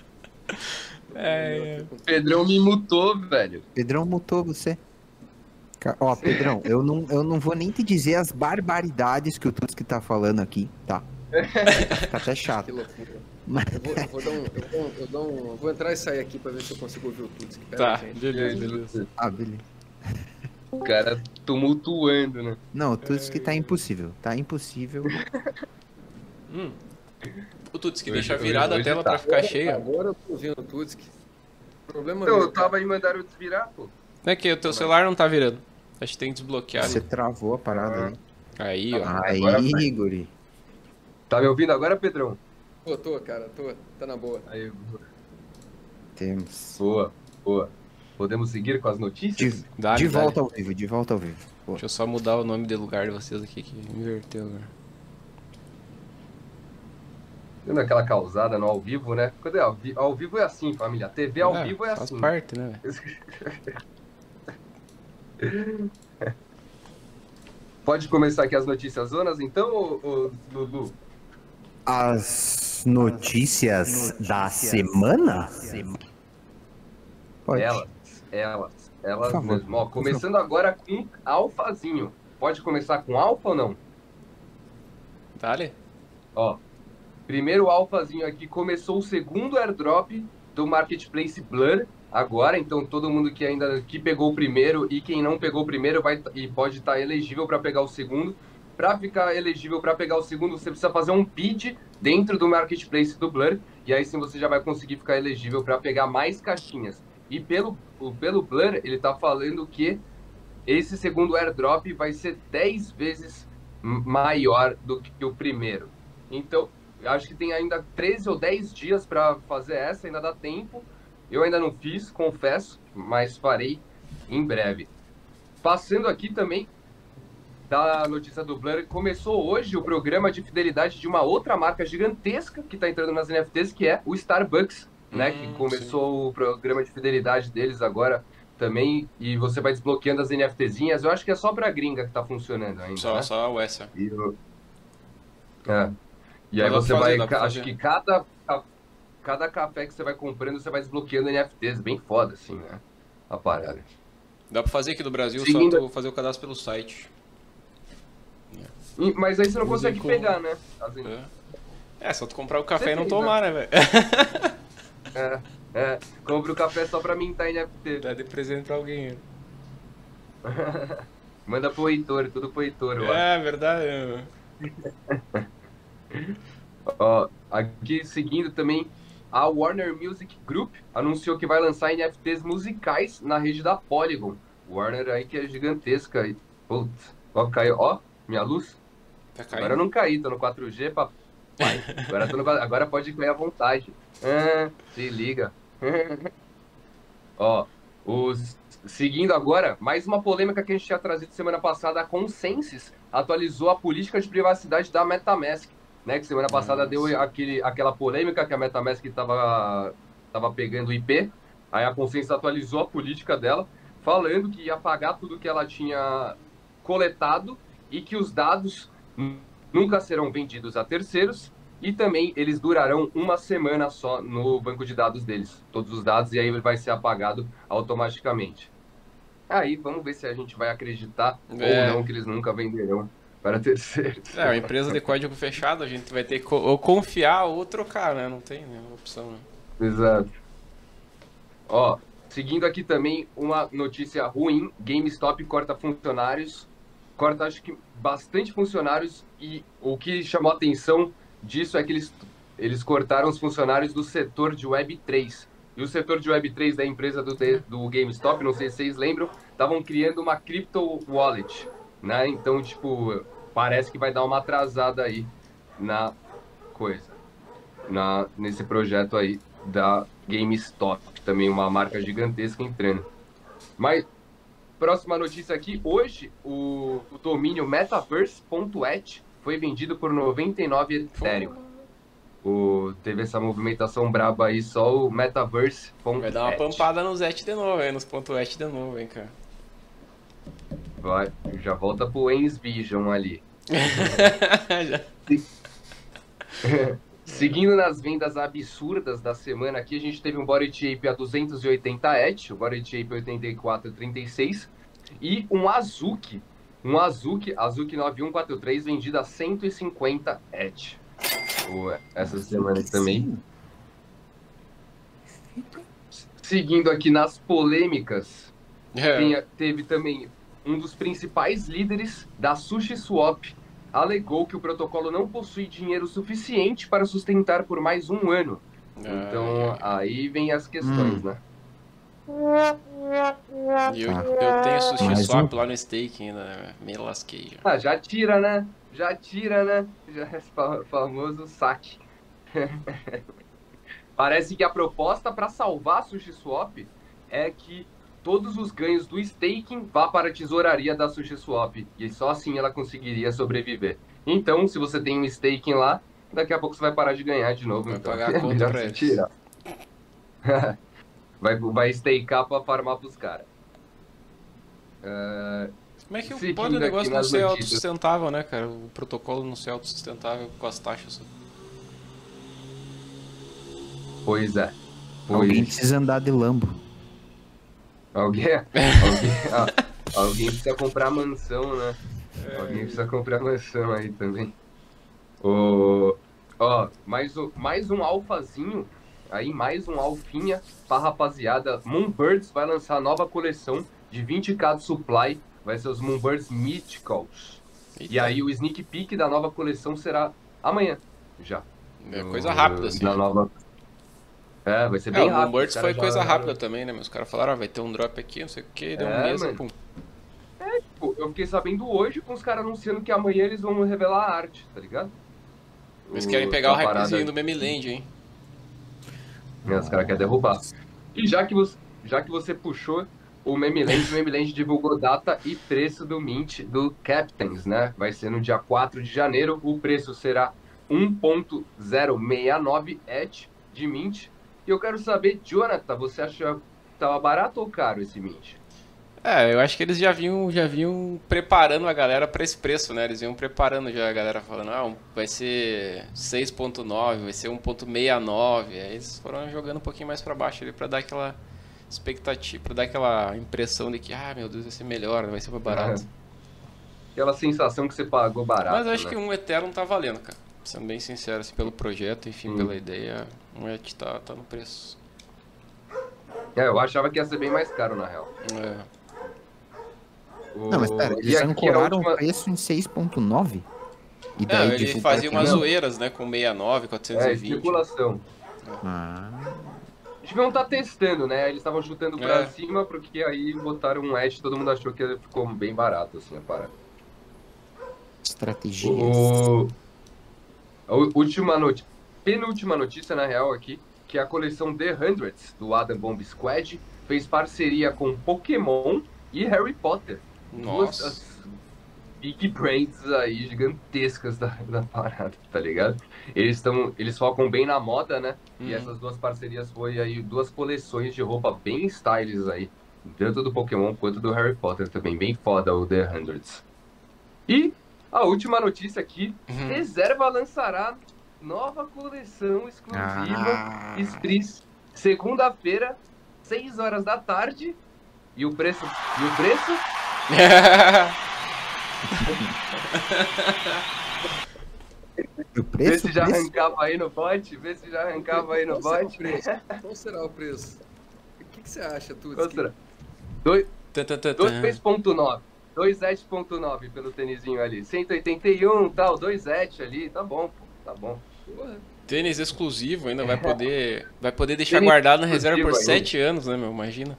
É, Tô é. aqui com- Pedrão me mutou, velho. Pedrão mutou você. Ca- Ó, Pedrão, eu não, eu não vou nem te dizer as barbaridades que o Tutski tá falando aqui, tá? Tá até Que chato. loucura. Mas- Eu vou, eu vou dar um, eu vou, eu dou um- eu vou entrar e sair aqui pra ver se eu consigo ouvir o Tuts. Tá, beleza, beleza. Ah, beleza. O cara tumultuando, né? Não, o Tutski tá impossível. Tá impossível. Hum. O Tutski Hoje- deixa hoje- virada a hoje tela tá. pra ficar cheia. Agora eu tô ouvindo o Tuts. O problema Então, é eu tava aí mandando eu desvirar, pô. Não é que o teu celular não tá virando. Acho que tem que desbloquear. Você ali. travou a parada aí. Aí, ó. Aí, agora vai. Guri. Tá me ouvindo agora, Pedrão? Tô, tô, cara, tô. Tá na boa. Aí, Temos. boa, boa. Podemos seguir com as notícias? De, Dá, de dá. volta ao vivo, de volta ao vivo. Pô. Deixa eu só mudar o nome de lugar de vocês aqui, que inverteu agora. Vendo aquela causada no ao vivo, né? Quando é ao, vi- ao vivo é assim, família. A T V ao É, vivo é faz assim. parte, né, velho? Pode começar aqui as notícias zonas, então, ô, ô, Dudu? As notícias, da semana? Pode. Elas, elas, elas Por favor, mesmo. Ó, por começando agora com alfazinho. Pode começar com alfa ou não? Dale? Ó, primeiro alfazinho aqui, começou o segundo airdrop do Marketplace Blur agora, então todo mundo que ainda que pegou o primeiro e quem não pegou o primeiro vai e pode estar elegível para pegar o segundo. Para ficar elegível para pegar o segundo, você precisa fazer um bid dentro do Marketplace do Blur, e aí sim você já vai conseguir ficar elegível para pegar mais caixinhas. E pelo, o- pelo Blur, ele tá falando que esse segundo airdrop vai ser dez vezes m- maior do que o primeiro. Então, eu acho que tem ainda treze ou dez dias para fazer essa, ainda dá tempo. Eu ainda não fiz, confesso, mas farei em breve. Passando aqui também da notícia do Blur, começou hoje o programa de fidelidade de uma outra marca gigantesca que está entrando nas N F Ts, que é o Starbucks, né? Hum, Que começou o programa de fidelidade deles agora também, e você vai desbloqueando as NFTzinhas. Eu acho que é só pra gringa que tá funcionando ainda, Só, né? só o essa. E, eu- é. E aí Mas dá você pra fazer, vai, dá pra ca- acho fazer. que cada, ca- cada café que você vai comprando, você vai desbloqueando N F Ts, bem foda assim, né? A parada. Dá pra fazer aqui do Brasil, Seguindo- só tu fazer o cadastro pelo site. E- mas aí você não Usei consegue como- pegar, né? As N- É. É, só tu comprar o café Você e não tem, tomar, né, velho? É, é. Compre o café só pra mintar N F T. Dá de presente pra alguém. Manda pro Heitor, tudo pro Heitor, eu acho. É, verdade. Ó, aqui seguindo também, a Warner Music Group anunciou que vai lançar N F Ts musicais na rede da Polygon. Warner aí que é gigantesca. E, putz, ó, caiu, ó, minha luz. Tá Agora eu caindo. não caí, tô no quatro G, papai. Agora, tô no, agora pode cair à vontade. Ah, se liga. Ó, os... seguindo agora, mais uma polêmica que a gente tinha trazido semana passada, a Consensus atualizou a política de privacidade da MetaMask, né? Que semana passada Nossa. deu aquele, aquela polêmica que a MetaMask estava tava pegando o I P, aí a Consensus atualizou a política dela, falando que ia pagar tudo que ela tinha coletado e que os dados nunca serão vendidos a terceiros e também eles durarão uma semana só no banco de dados deles, todos os dados, e aí ele vai ser apagado automaticamente. Aí vamos ver se a gente vai acreditar é. ou não que eles nunca venderão para terceiros. É, uma empresa de código fechado, a gente vai ter que ou confiar ou trocar, né? Não tem nenhuma opção, né? Exato. Ó, seguindo aqui também uma notícia ruim, GameStop corta funcionários, corta acho que bastante funcionários, e o que chamou a atenção disso é que eles, eles cortaram os funcionários do setor de Web três. E o setor de Web três da empresa do, do GameStop, não sei se vocês lembram, estavam criando uma crypto wallet, né? Então, tipo, parece que vai dar uma atrasada aí na coisa, na, nesse projeto aí da GameStop, também uma marca gigantesca entrando. Mas, próxima notícia aqui, hoje o, o domínio metaverse ponto e t foi vendido por noventa e nove Ethereum. O, teve essa movimentação braba aí, só o Metaverse. Vai dar uma pampada nos Et de novo, hein? Nos ponto .et de novo, hein, cara. Vai, já volta pro Ensvision ali. Seguindo nas vendas absurdas da semana aqui, a gente teve um Bored Ape a duzentos e oitenta Et, o Bored Ape oitenta e quatro trinta e seis, e um Azuki, um Azuki, Azuki nove um quatro três, vendido a cento e cinquenta Et. Essa semana também. Seguindo aqui nas polêmicas, é. tem, teve também um dos principais líderes da SushiSwap alegou que o protocolo não possui dinheiro suficiente para sustentar por mais um ano. Ah, então é. aí vem as questões, hum. né? E eu, eu tenho SushiSwap um... lá no stake ainda, né? Me lasquei já. Ah, já tira, né? Já tira, né? Já é famoso saque. Parece que a proposta para salvar a SushiSwap é que todos os ganhos do staking vá para a tesouraria da SushiSwap. E só assim ela conseguiria sobreviver. Então, se você tem um staking lá, daqui a pouco você vai parar de ganhar de novo. Vai então. pagar a conta pra eles. vai, vai stakear para farmar pros caras. Uh... Como é que pode o negócio não ser autossustentável, né, cara? O protocolo não ser autossustentável com as taxas. Pois é. Pois... Alguém precisa andar de Lambo. Alguém, alguém, ah, alguém precisa comprar mansão, né? É... Alguém precisa comprar mansão aí também. O... Ó, mais, o... mais um alfazinho, aí mais um alfinha pra rapaziada. Moonbirds vai lançar a nova coleção de vinte k de supply. Vai ser os Moonbirds Mythicals. Eita. E aí o sneak peek da nova coleção será amanhã, já. É coisa rápida, assim. Da nova... É, vai ser bem é, rápido. O Moonbirds foi coisa já... rápida também, né? Os caras falaram, ah, vai ter um drop aqui, não sei o que, deu é, um mês e pum. É, tipo, eu fiquei sabendo hoje com os caras anunciando que amanhã eles vão revelar a arte, tá ligado? Eles o... querem pegar o hypezinho do Memeland, hein? É, os caras querem derrubar. E já que você, já que você puxou o Memeland, o Memeland divulgou data e preço do mint do Captains, né? Vai ser no dia quatro de janeiro. O preço será um ponto zero seis nove Et de mint. E eu quero saber, Jonathan, você acha que tava barato ou caro esse mint? É, eu acho que eles já vinham, já vinham preparando a galera para esse preço, né? Eles iam preparando já a galera falando, ah, vai ser seis ponto nove, vai ser um ponto sessenta e nove. Aí eles foram jogando um pouquinho mais para baixo ali para dar aquela expectativa, para dar aquela impressão de que, ah, meu Deus, vai ser melhor, vai ser mais barato. É. Aquela sensação que você pagou barato. Mas eu acho né? que um Ethereum tá valendo, cara. Sendo bem sincero, assim, pelo projeto, enfim, hum. pela ideia, um E T H tá, tá no preço. É, eu achava que ia ser bem mais caro, na real. É. O... Não, mas pera, eles ancoraram última... o preço em seis ponto nove? E daí, é, ele fazia umas não. zoeiras, né, com sessenta e nove, quatrocentos e vinte. É, especulação. Ah... Eles deviam estar testando, né? Eles estavam chutando pra é. cima, porque aí botaram um edge, todo mundo achou que ficou bem barato, assim, a parada. Estratégia. O... A última notícia, penúltima notícia, na real, aqui, que é a coleção The Hundreds, do Adam Bomb Squad, fez parceria com Pokémon e Harry Potter. Nossa. Duas big brands aí gigantescas da, da parada, tá ligado? Eles estão, eles focam bem na moda, né? Uhum. E essas duas parcerias foi aí duas coleções de roupa bem stylish aí, tanto do Pokémon quanto do Harry Potter também, bem foda o The Hundreds. E a última notícia aqui, Uhum. Reserva lançará nova coleção exclusiva Ah. Spritz, segunda-feira, seis horas da tarde. E o preço? E o preço? O Vê preço, se já preço? arrancava aí no bot, vê se já arrancava aí no Qual será o bot. preço? Qual será o preço? O que, que você acha, Tuts? Qual será? Dois- Tã, tã, tã, tã. dois ponto nove. dois sete ponto nove pelo tênisinho ali. cento e oitenta e um, tal, dois sete ali. Tá bom, pô. Tá bom. Porra. Tênis exclusivo, ainda vai poder, vai poder deixar Tênis guardado na reserva por exclusivo ainda. sete anos, né, meu? Imagina.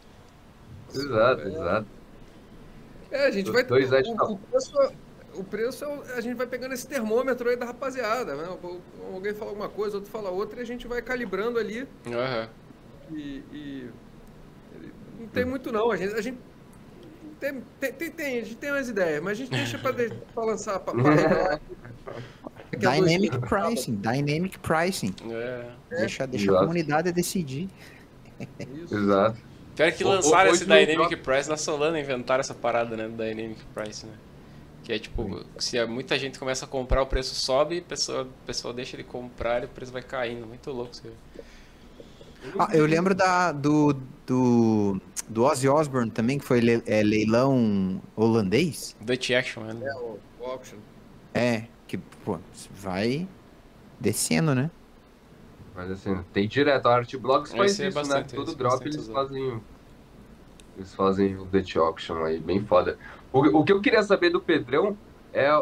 Exato, É. exato. É, a gente vai... Dois o, sete o, tá. o preço, o preço é o- a gente vai pegando esse termômetro aí da rapaziada, né? O- Alguém fala alguma coisa, outro fala outra, e a gente vai calibrando ali Aham. e... e- não tem muito não, a gente... A gente tem, tem, tem, tem, a gente tem umas ideias, mas a gente deixa pra, de- pra lançar, pra, pra lembrar. Daqui a dois Dynamic dias, pricing, dynamic pricing. É. Deixa, deixa a Exato. comunidade decidir. Isso. Exato. Pior que O- lançaram o- esse hoje no Dynamic drop- Price na Solana, inventaram essa parada, né, do Dynamic Price, né? Que é tipo, se muita gente começa a comprar, o preço sobe, a pessoa, a pessoa deixa ele comprar e o preço vai caindo. Muito louco isso aí. Ah, eu lembro da, do, do, do Ozzy Osbourne também, que foi le- é, leilão holandês. Dutch Action, né? É, o, o auction. É, que, pô, vai descendo, né? Mas assim, tem direto. A Artblocks Vai faz ser isso, né? bastante Todo isso, drop bastante eles usado. fazem. Eles fazem o Dutch Auction aí, bem foda. O, o que eu queria saber do Pedrão é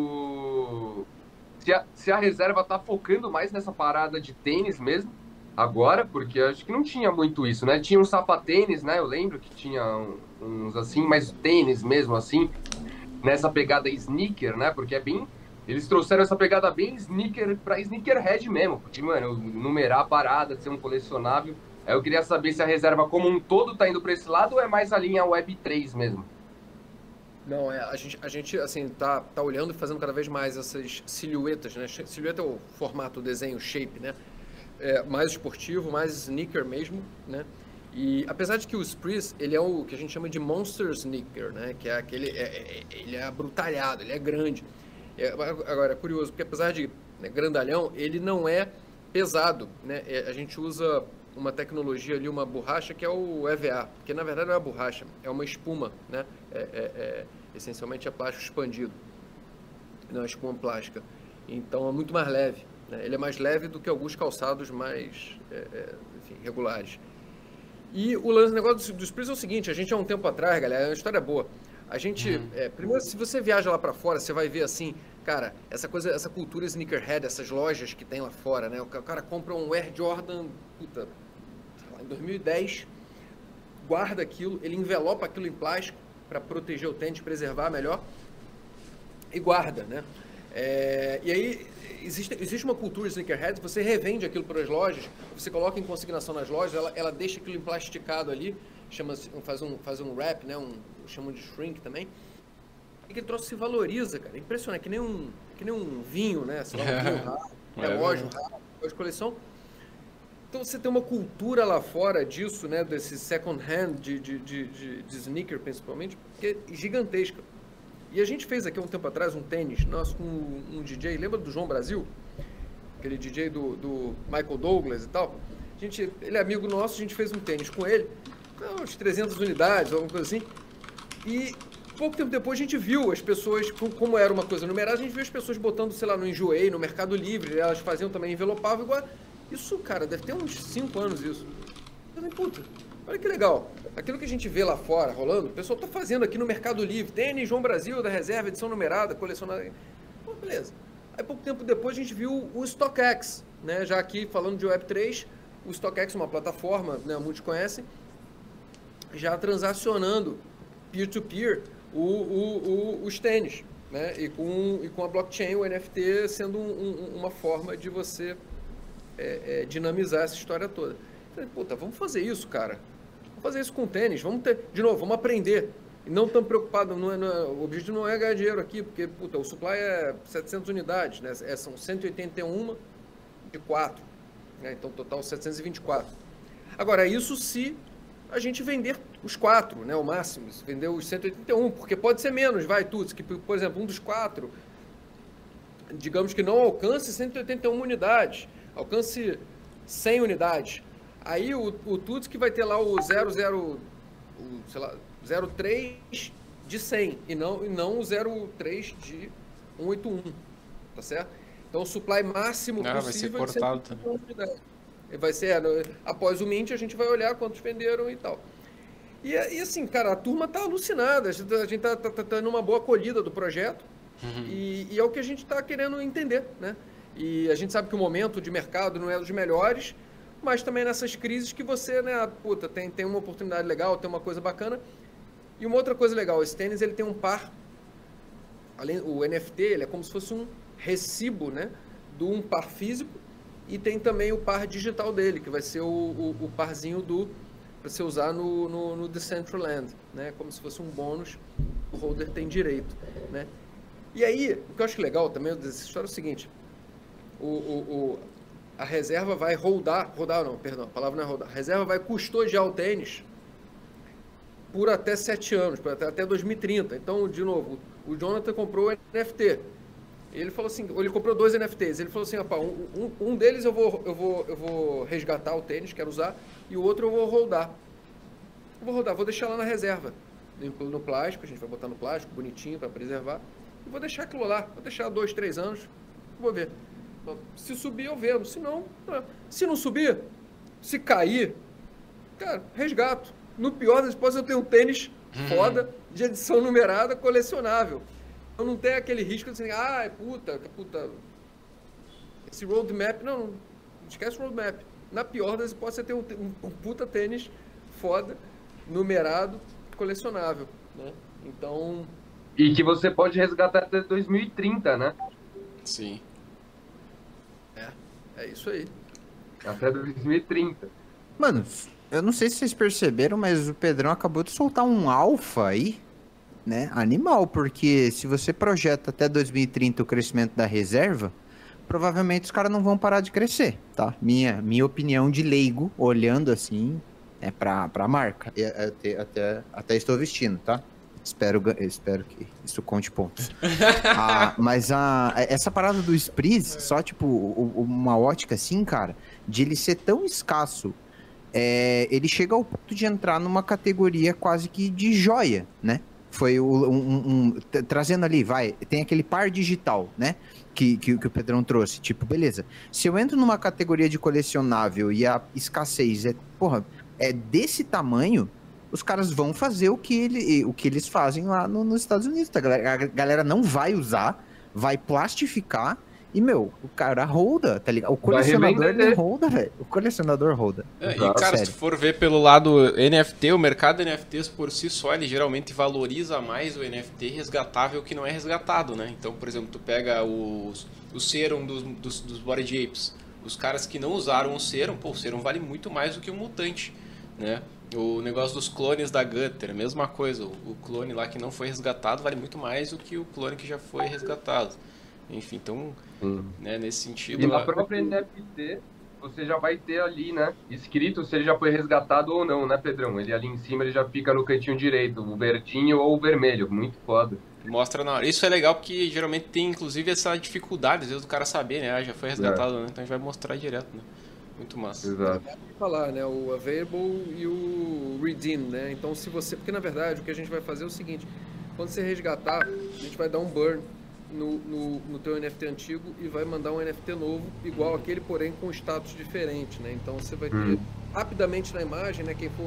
o. Se a, se a reserva tá focando mais nessa parada de tênis mesmo, agora, porque acho que não tinha muito isso, né? Tinha um sapatênis, né? Eu lembro que tinha um- uns assim, mas tênis mesmo assim, nessa pegada sneaker, né? Porque é bem. Eles trouxeram essa pegada bem sneaker pra sneakerhead mesmo. Porque, mano, numerar a parada, ser um colecionável. Aí eu queria saber se a reserva como um todo tá indo pra esse lado ou é mais a linha Web três mesmo. Não, é, a gente, a gente assim, tá, tá olhando e fazendo cada vez mais essas silhuetas, né? Silhueta é o formato, o desenho, o shape, né? É, mais esportivo, mais sneaker mesmo, né? E apesar de que o Spritz, ele é o que a gente chama de monster sneaker, né? Que é aquele, é, é- ele é abrutalhado, ele é grande. É, agora, é curioso, porque apesar de né, grandalhão, ele não é pesado, né? É, a gente usa uma tecnologia ali, uma borracha, que é o E V A, que na verdade não é uma borracha, é uma espuma, né? É, é- é- essencialmente é plástico expandido, não é espuma plástica. Então é muito mais leve, né? Ele é mais leve do que alguns calçados mais é, é, enfim, regulares. E o lance, o negócio dos Spritz é o seguinte, a gente há um tempo atrás, galera, é uma história boa. A gente, é, primeiro, se você viaja lá pra fora, você vai ver assim, cara, essa coisa, essa cultura sneakerhead, essas lojas que tem lá fora, né? O ca- o cara compra um Air Jordan, puta, sei lá, em dois mil e dez, guarda aquilo, ele envelopa aquilo em plástico para proteger o tênis, preservar melhor, e guarda, né? É, e aí existe, existe uma cultura sneakerhead, você revende aquilo para as lojas, você coloca em consignação nas lojas, ela, ela deixa aquilo emplasticado ali, chama faz um faz um wrap, né? Um chamam de shrink também. E aquele troço se valoriza, cara. É impressionante, que nem um que nem um vinho, né? Sei lá, um vinho raro, É relógio verdade. raro, relógio de coleção. Então você tem uma cultura lá fora disso, né? Desse second hand de, de, de, de, de sneaker, principalmente, que é gigantesca. E a gente fez aqui há um tempo atrás um tênis nosso com um D J, lembra do João Brasil? Aquele D J do, do Michael Douglas e tal. A gente, ele é amigo nosso, a gente fez um tênis com ele, uns trezentas unidades, alguma coisa assim. E pouco tempo depois a gente viu as pessoas, com- como era uma coisa numerada, a gente viu as pessoas botando, sei lá, no Enjoei, no Mercado Livre, elas faziam também, envelopavam igual. Isso, cara, deve ter uns cinco anos isso. Eu falei, puta, olha que legal. Aquilo que a gente vê lá fora rolando, o pessoal tá fazendo aqui no Mercado Livre. Tênis João Brasil, da reserva, edição numerada, colecionada. Pô, beleza. Aí pouco tempo depois a gente viu o StockX, né? Já aqui falando de Web três, o StockX, uma plataforma, né, muitos conhecem, já transacionando peer-to-peer o, o, o, os tênis, né? E com, e com a blockchain, o N F T sendo um- um- uma forma de você é, é, dinamizar essa história toda. Falei, puta, vamos fazer isso, cara. Vamos fazer isso com tênis, vamos ter, de novo, vamos aprender. E não tão preocupado, não é, não é, o objetivo não é ganhar dinheiro aqui, porque puta, o supply é setecentas unidades, né? É, são cento e oitenta e um de quatro, né? Então total setecentos e vinte e quatro. Agora, isso se a gente vender os quatro, né? O máximo, se vender os cento e oitenta e um, porque pode ser menos, vai, tudo, que por exemplo, um dos quatro, digamos que não alcance cento e oitenta e uma unidades, alcance cem unidades. Aí o, o Tuts que vai ter lá o zero zero, o, sei lá, zero vírgula três de cem e não, e não o zero vírgula três de cento e oitenta e um, tá certo? Então o supply máximo ah, possível vai ser cortado também. Vai ser, após o mint a gente vai olhar quantos venderam e tal. E, e assim, cara, a turma tá alucinada, a gente, a gente tá, tá, tá tendo uma boa acolhida do projeto, uhum. e, e é o que a gente tá querendo entender, né? E a gente sabe que o momento de mercado não é dos melhores, mas também nessas crises que você, né, puta, tem, tem uma oportunidade legal, tem uma coisa bacana. E uma outra coisa legal, esse tênis ele tem um par, além, o N F T, ele é como se fosse um recibo, né, de um par físico, e tem também o par digital dele, que vai ser o, o, o parzinho do para você usar no, no, no Decentraland, né, como se fosse um bônus, o holder tem direito, né. E aí, o que eu acho legal também dessa história é o seguinte, o, o, o a reserva vai rodar, rodar não, perdão, a palavra não é rodar, a reserva vai custodiar o tênis por até sete anos, por até, até dois mil e trinta. Então, de novo, o Jonathan comprou o N F T. Ele falou assim, ele comprou dois N F Ts. Ele falou assim, opa, um, um, um deles eu vou, eu, vou, eu vou resgatar o tênis, quero usar, e o outro eu vou rodar. Eu vou rodar, vou deixar lá na reserva, no, no plástico, a gente vai botar no plástico, bonitinho, para preservar, e vou deixar aquilo lá, vou deixar dois, três anos, vou ver. Se subir, eu vendo. Se não, se não subir, se cair, cara, resgato. No pior das hipóteses, eu tenho um tênis foda, de edição numerada, colecionável. Eu não tenho aquele risco de assim, ah, puta, puta, esse roadmap, não, esquece o roadmap. Na pior das hipóteses, você tem um, um, um puta tênis foda, numerado, colecionável, né? Então... E que você pode resgatar até dois mil e trinta, né? Sim. É isso aí. Até dois mil e trinta. Mano, eu não sei se vocês perceberam, mas o Pedrão acabou de soltar um alfa aí, né? Animal, porque se você projeta até dois mil e trinta o crescimento da reserva, provavelmente os caras não vão parar de crescer, tá? Minha, minha opinião de leigo, olhando assim, é pra, pra marca. Eu, eu te, até, até estou vestindo, tá? Espero, espero que isso conte pontos. ah, mas a, essa parada do Sprees, só tipo, uma ótica assim, cara, de ele ser tão escasso, é, ele chega ao ponto de entrar numa categoria quase que de joia, né? Foi o, um, um, trazendo ali, vai, tem aquele par digital, né? Que, que, que o Pedrão trouxe. Tipo, beleza, se eu entro numa categoria de colecionável e a escassez é, porra, é desse tamanho, os caras vão fazer o que, ele, o que eles fazem lá no, nos Estados Unidos. Tá? A, galera, a galera não vai usar, vai plastificar e, meu, o cara holda, tá ligado? O colecionador ele holda, velho. O colecionador holda. É, e, cara, sério. Se tu for ver pelo lado N F T, o mercado N F Ts por si só, ele geralmente valoriza mais o N F T resgatável que não é resgatado, né? Então, por exemplo, tu pega os, o Serum dos, dos, dos Bored Apes. Os caras que não usaram o Serum, pô, o Serum vale muito mais do que o Mutante, né? O negócio dos clones da Gutter, mesma coisa. O clone lá que não foi resgatado vale muito mais do que o clone que já foi resgatado. Enfim, então, hum. né, nesse sentido... E na própria N F T, você já vai ter ali, né, escrito se ele já foi resgatado ou não, né, Pedrão? Ele ali em cima, ele já fica no cantinho direito, o verdinho ou o vermelho. Muito foda. Mostra na hora. Isso é legal porque geralmente tem, inclusive, essa dificuldade, às vezes, do cara saber, né? Ah, já foi resgatado, é. né? Então a gente vai mostrar direto, né? Muito massa. Exato. Falar, né, o available e o redeem, né? Então se você, porque na verdade o que a gente vai fazer é o seguinte, quando você resgatar, a gente vai dar um burn no, no, no teu N F T antigo e vai mandar um N F T novo igual aquele, porém com status diferente, né? Então você vai ter hum. rapidamente na imagem, né, quem for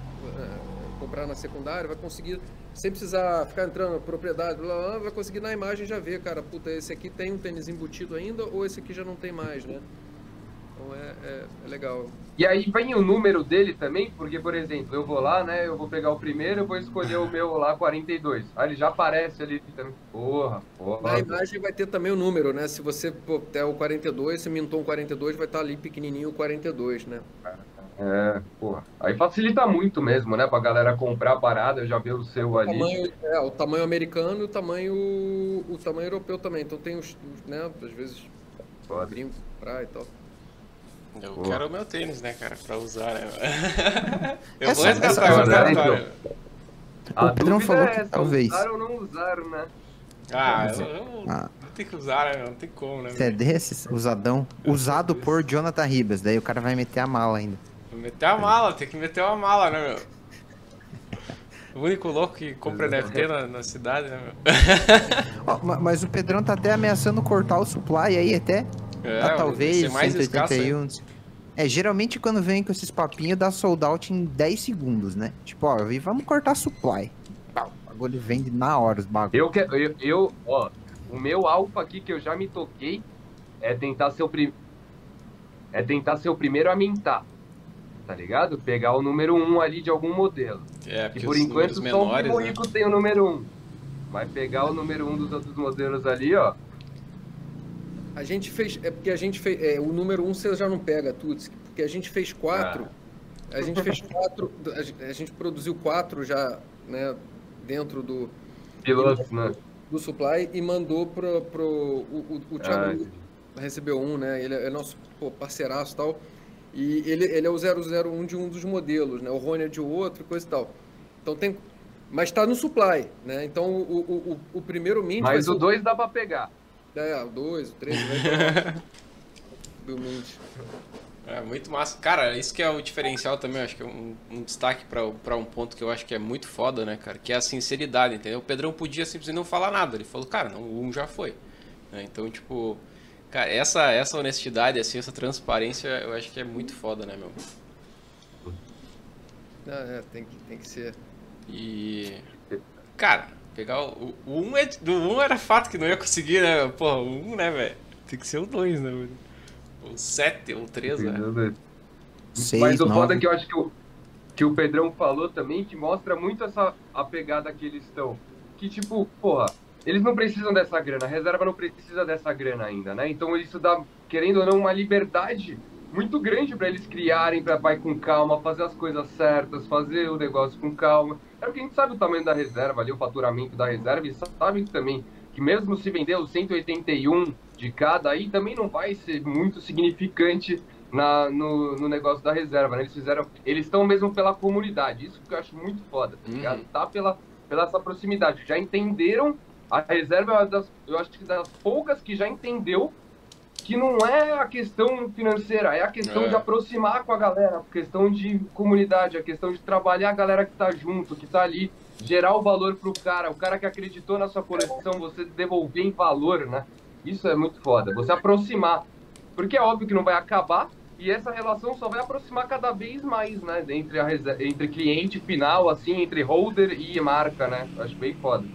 uh, comprar na secundária vai conseguir, sem precisar ficar entrando na propriedade, blá, blá, vai conseguir na imagem já ver, cara, puta, esse aqui tem um tênis embutido ainda ou esse aqui já não tem mais, né? Então é, é, é legal. E aí vem o número dele também, porque, por exemplo, eu vou lá, né, eu vou pegar o primeiro, eu vou escolher o meu lá, quarenta e dois. Aí ele já aparece ali, também. Porra, porra. Na imagem vai ter também o número, né? Se você der o quarenta e dois, se mintou um quarenta e dois, vai estar ali pequenininho o quarenta e dois, né? É, porra. Aí facilita muito mesmo, né? Pra galera comprar a parada, já ver o seu O ali. tamanho, é, o tamanho americano e o tamanho, o tamanho europeu também. Então tem os, os, né, às vezes, Foda. gringo, praia e tal. Eu Pô. quero o meu tênis, né, cara, pra usar, né? Eu Essa- vou resgatar, essa- eu vou essa- resgatar. então. O A Pedrão dúvida falou é que essa, talvez. usar ou não usar, né? Ah, Mas eu, é- eu, Ah. eu tenho que usar, né? Não tem como, né? Você é velho? desses? Usadão? Usado por Jonathan Ribas. Daí o cara vai meter a mala ainda. Vou meter a mala, tem que meter uma mala, né, meu? O único louco que compra N F T na, na cidade, né, meu? Ó, ma- mas o Pedrão tá até ameaçando cortar o supply aí até. É, Ah, vai talvez ser mais escasso cento e oitenta e um. É, geralmente quando vem com esses papinhos dá sold out em dez segundos, né? Tipo, ó, e vamos cortar supply. Pau, o bagulho vende na hora os bagulhos. Eu, que, eu, eu, ó, o meu alfa aqui que eu já me toquei é tentar ser o, prim... é tentar ser o primeiro a mintar, tá ligado? Pegar o número um ali de algum modelo. É, E porque por os enquanto números só o menores, Primo né? Rico tem o número um. Vai pegar o número um dos outros modelos ali, ó. A gente fez, é porque a gente fez, é, o número um você já não pega, Tuts, porque a gente fez quatro, a gente fez quatro, a gente- a gente produziu quatro já, né, dentro do, Pilotos, né? do supply e mandou pro, pro o, o, o Thiago Ah, Luiz recebeu um, né, ele é nosso pô, parceiraço e tal, e ele, ele é o zero zero um de um dos modelos, né, o Rony é de outro, coisa e tal. Então tem, mas tá no supply, né, então o, o, o, o primeiro mint vai Mas ser o dois dá pra pegar. É, o dois, o três, vai do mint. É muito massa. Cara, isso que é o diferencial também, eu acho que é um, um destaque pra, pra um ponto que eu acho que é muito foda, né, cara? Que é a sinceridade, entendeu? O Pedrão podia simplesmente não falar nada. Ele falou, cara, não, o um já foi. Né? Então, tipo, cara, essa, essa honestidade, assim, essa transparência, eu acho que é muito foda, né, meu? Ah, é, tem que, tem que ser. E. Cara, pegar o, o um é, do um era fato que não ia conseguir, né? Porra, o um, né, velho? Tem que ser o dois, né, velho? O sete, ou o três, né? Seis, Mas o foda nove. é que eu acho que o, que o Pedrão falou também, que mostra muito essa a pegada que eles estão. Que tipo, porra, eles não precisam dessa grana, a reserva não precisa dessa grana ainda, né? Então isso dá, querendo ou não, uma liberdade muito grande para eles criarem, para vai com calma, fazer as coisas certas, fazer o negócio com calma. É porque a gente sabe o tamanho da reserva ali, o faturamento da reserva, e sabe também que mesmo se vender os cento e oitenta e um de cada, aí também não vai ser muito significante na, no, no negócio da reserva, né? Eles fizeram, eles estão mesmo pela comunidade, isso que eu acho muito foda, tá ligado? Uhum. Tá pela, pela essa proximidade, já entenderam, a reserva é uma das, eu acho que das poucas que já entendeu que não é a questão financeira, é a questão É. de aproximar com a galera, a questão de comunidade, a questão de trabalhar a galera que tá junto, que tá ali, gerar o valor pro cara, o cara que acreditou na sua coleção, você devolver em valor, né? Isso é muito foda, você aproximar. Porque é óbvio que não vai acabar, e essa relação só vai aproximar cada vez mais, né? Entre, a reserva, entre cliente final, assim, entre holder e marca, né? Acho bem foda.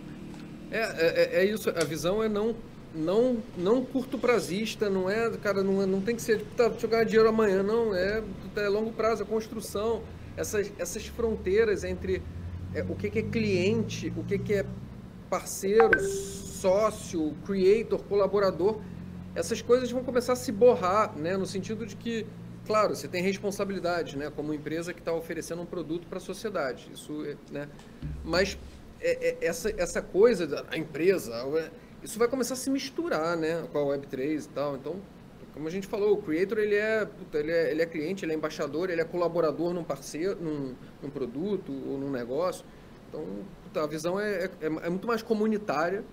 É, é, é isso, a visão é não, não, não curto prazista, não é, cara, não, é- não tem que ser, tipo, tá, deixa eu ganhar dinheiro amanhã, não, é, é longo prazo, é construção, essas, essas fronteiras entre é, o que, que é cliente, o que, que é parceiro, sócio, creator, colaborador, essas coisas vão começar a se borrar, né, no sentido de que, claro, você tem responsabilidade, né, como empresa que está oferecendo um produto para a sociedade, isso, é, né, mas é, é, essa, essa coisa da empresa, isso vai começar a se misturar, né, com a web três e tal. Então, como a gente falou, o creator ele é, puta, ele é, ele é cliente, ele é embaixador, ele é colaborador num parceiro, num, num produto ou num negócio. Então, puta, a visão é, é, é muito mais comunitária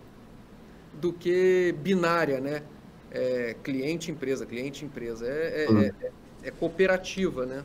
do que binária, né? É, cliente empresa, cliente empresa. É, é, Hum. é, é cooperativa, né?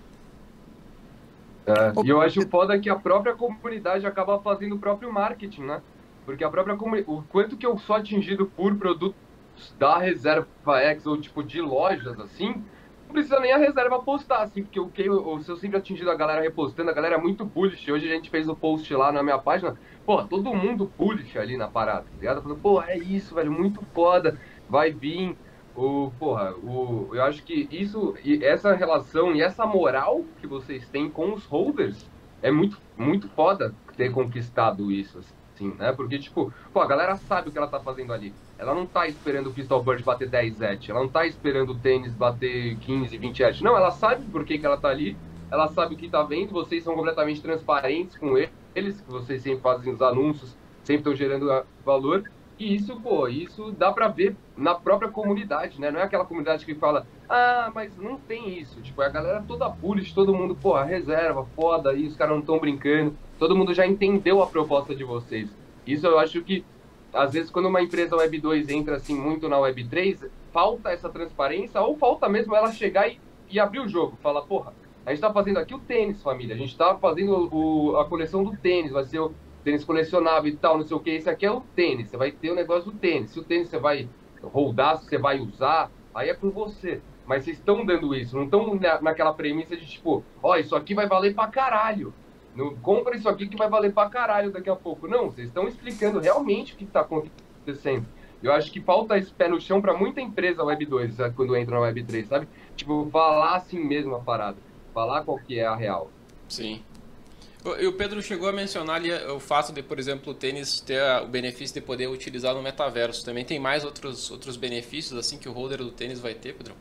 É, e eu acho foda que a própria comunidade acaba fazendo o próprio marketing, né? Porque a própria comunidade, o quanto que eu sou atingido por produtos da Reserva X ou tipo de lojas assim, não precisa nem a reserva postar, assim, porque o que eu, eu sou sempre atingido a galera repostando, a galera é muito bullish. Hoje a gente fez o post lá na minha página, pô, todo mundo bullish ali na parada, tá ligado? Falando, pô, é isso, velho, muito foda, vai vir. O, porra, o, eu acho que isso, e essa relação e essa moral que vocês têm com os holders é muito, muito foda ter conquistado isso, assim, né? Porque, tipo, pô, a galera sabe o que ela tá fazendo ali. ela não tá esperando o Pistol Bird bater dez et, ela não tá esperando o tênis bater quinze, vinte et. Não, ela sabe por que, que ela tá ali, ela sabe o que tá vendo, vocês são completamente transparentes com eles, que vocês sempre fazem os anúncios, sempre estão gerando valor. E isso, pô, isso dá pra ver na própria comunidade, né? Não é aquela comunidade que fala, ah, mas não tem isso. Tipo, é a galera toda bullish, todo mundo, pô, a reserva, foda, aí os caras não estão brincando. Todo mundo já entendeu a proposta de vocês. Isso eu acho que, às vezes, quando uma empresa Web dois entra, assim, muito na Web três, falta essa transparência, ou falta mesmo ela chegar e, e abrir o jogo. Fala, porra, a gente tá fazendo aqui o tênis, família. A gente tá fazendo o, a coleção do tênis, vai ser o tênis colecionável e tal, não sei o que. Esse aqui é o tênis, você vai ter o negócio do tênis. Se o tênis você vai rodar, se você vai usar, aí é com você. Mas vocês estão dando isso, não estão na, naquela premissa de tipo, ó, oh, isso aqui vai valer pra caralho. Não, compra isso aqui que vai valer pra caralho daqui a pouco. Não, vocês estão explicando realmente o que tá acontecendo. Eu acho que falta esse pé no chão pra muita empresa Web dois, sabe, quando entra na Web três, sabe? Tipo, falar assim mesmo a parada. Falar qual que é a real. Sim. E o Pedro chegou a mencionar ali o fato de, por exemplo, o tênis ter o benefício de poder utilizar no metaverso. Também tem mais outros, outros benefícios assim que o holder do tênis vai ter, Pedro?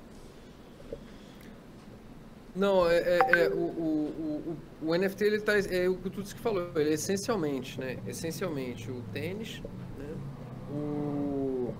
Não, é, é, é o, o, o, o N F T, ele tá, é o que tudo isso que falou, ele é essencialmente, né? Essencialmente o tênis, né? o,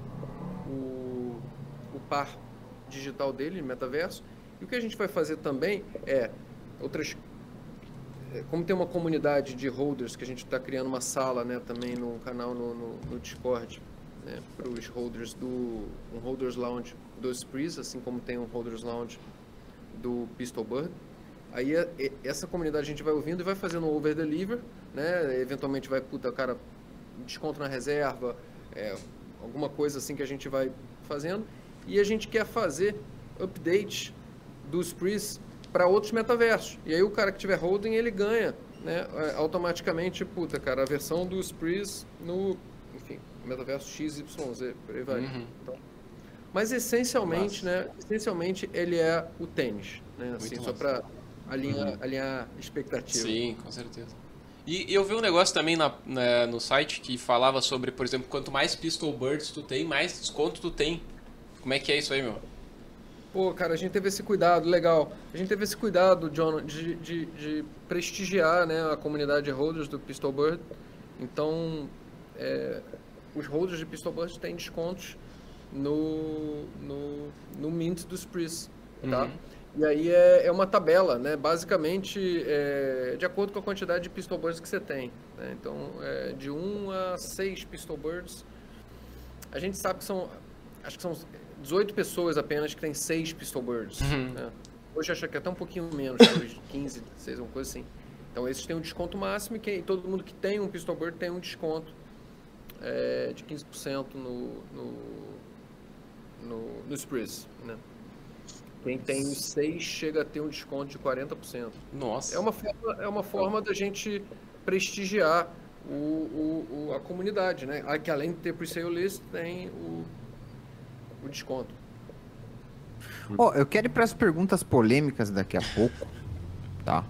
o, o par digital dele, metaverso. E o que a gente vai fazer também é outras... Como tem uma comunidade de holders, que a gente está criando uma sala, né, também no canal no, no, no Discord, né, para os holders do um Holders Lounge do Sprees, assim como tem um Holders Lounge do Pistol Bird. Aí essa comunidade a gente vai ouvindo e vai fazendo um over deliver, né, eventualmente vai, puta, cara, desconto na reserva, é, alguma coisa assim que a gente vai fazendo. E a gente quer fazer updates do Sprees para outros metaversos. E aí o cara que tiver holding, ele ganha, né, automaticamente, puta, cara, a versão do Sprees no, enfim, metaverso X Y Z, por aí vai. Uhum. Então, mas essencialmente, Nossa. né, essencialmente ele é o tênis, né, assim, Muito só para alinhar, uhum. alinhar expectativa. Sim, com certeza. E eu vi um negócio também na, na, no site que falava sobre, por exemplo, quanto mais Pistol Birds tu tem, mais desconto tu tem. Como é que é isso aí, meu? Pô, cara, a gente teve esse cuidado, legal. A gente teve esse cuidado, John, de, de, de prestigiar, né, a comunidade de holders do Pistol Bird. Então, é, os holders de Pistol Bird têm descontos no, no, no Mint do Sprees, tá? Uhum. E aí é, é uma tabela, né? Basicamente, é, de acordo com a quantidade de Pistol Birds que você tem, né? Então, é, de um a seis Pistol Birds. A gente sabe que são, acho que são dezoito pessoas apenas que tem seis Pistol Birds. Uhum. Né? Hoje acho que é até um pouquinho menos, quinze, dezesseis, uma coisa assim. Então esses têm um desconto máximo e quem, todo mundo que tem um Pistol Bird tem um desconto é, de quinze por cento no, no, no, no Sprees, né? Quem tem os seis chega a ter um desconto de quarenta por cento. Nossa! É uma forma, é uma forma da gente prestigiar o, o, o, a comunidade, né? Que além de ter pre-sale list, tem o o desconto. Ó, oh, eu quero ir para as perguntas polêmicas daqui a pouco, tá?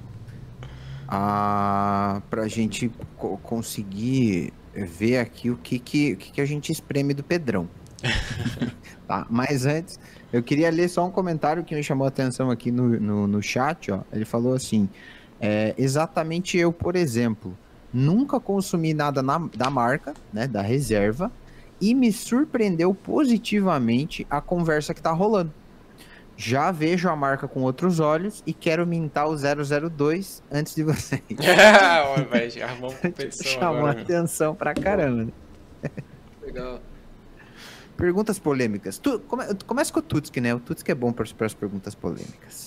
Ah, pra gente co conseguir ver aqui o que que, o que que a gente espreme do Pedrão. Tá? Mas antes, eu queria ler só um comentário que me chamou a atenção aqui no, no, no chat, ó. Ele falou assim, é, exatamente eu, por exemplo, nunca consumi nada na, da marca, né, da reserva, e me surpreendeu positivamente a conversa que tá rolando. Já vejo a marca com outros olhos e quero mintar o zero zero dois antes de vocês. Olha, vai, já armou competição. Chamou agora, atenção pra caramba. Legal. Perguntas polêmicas. Tu, come, começa com o Tutski, né? O Tutski é bom para as perguntas polêmicas.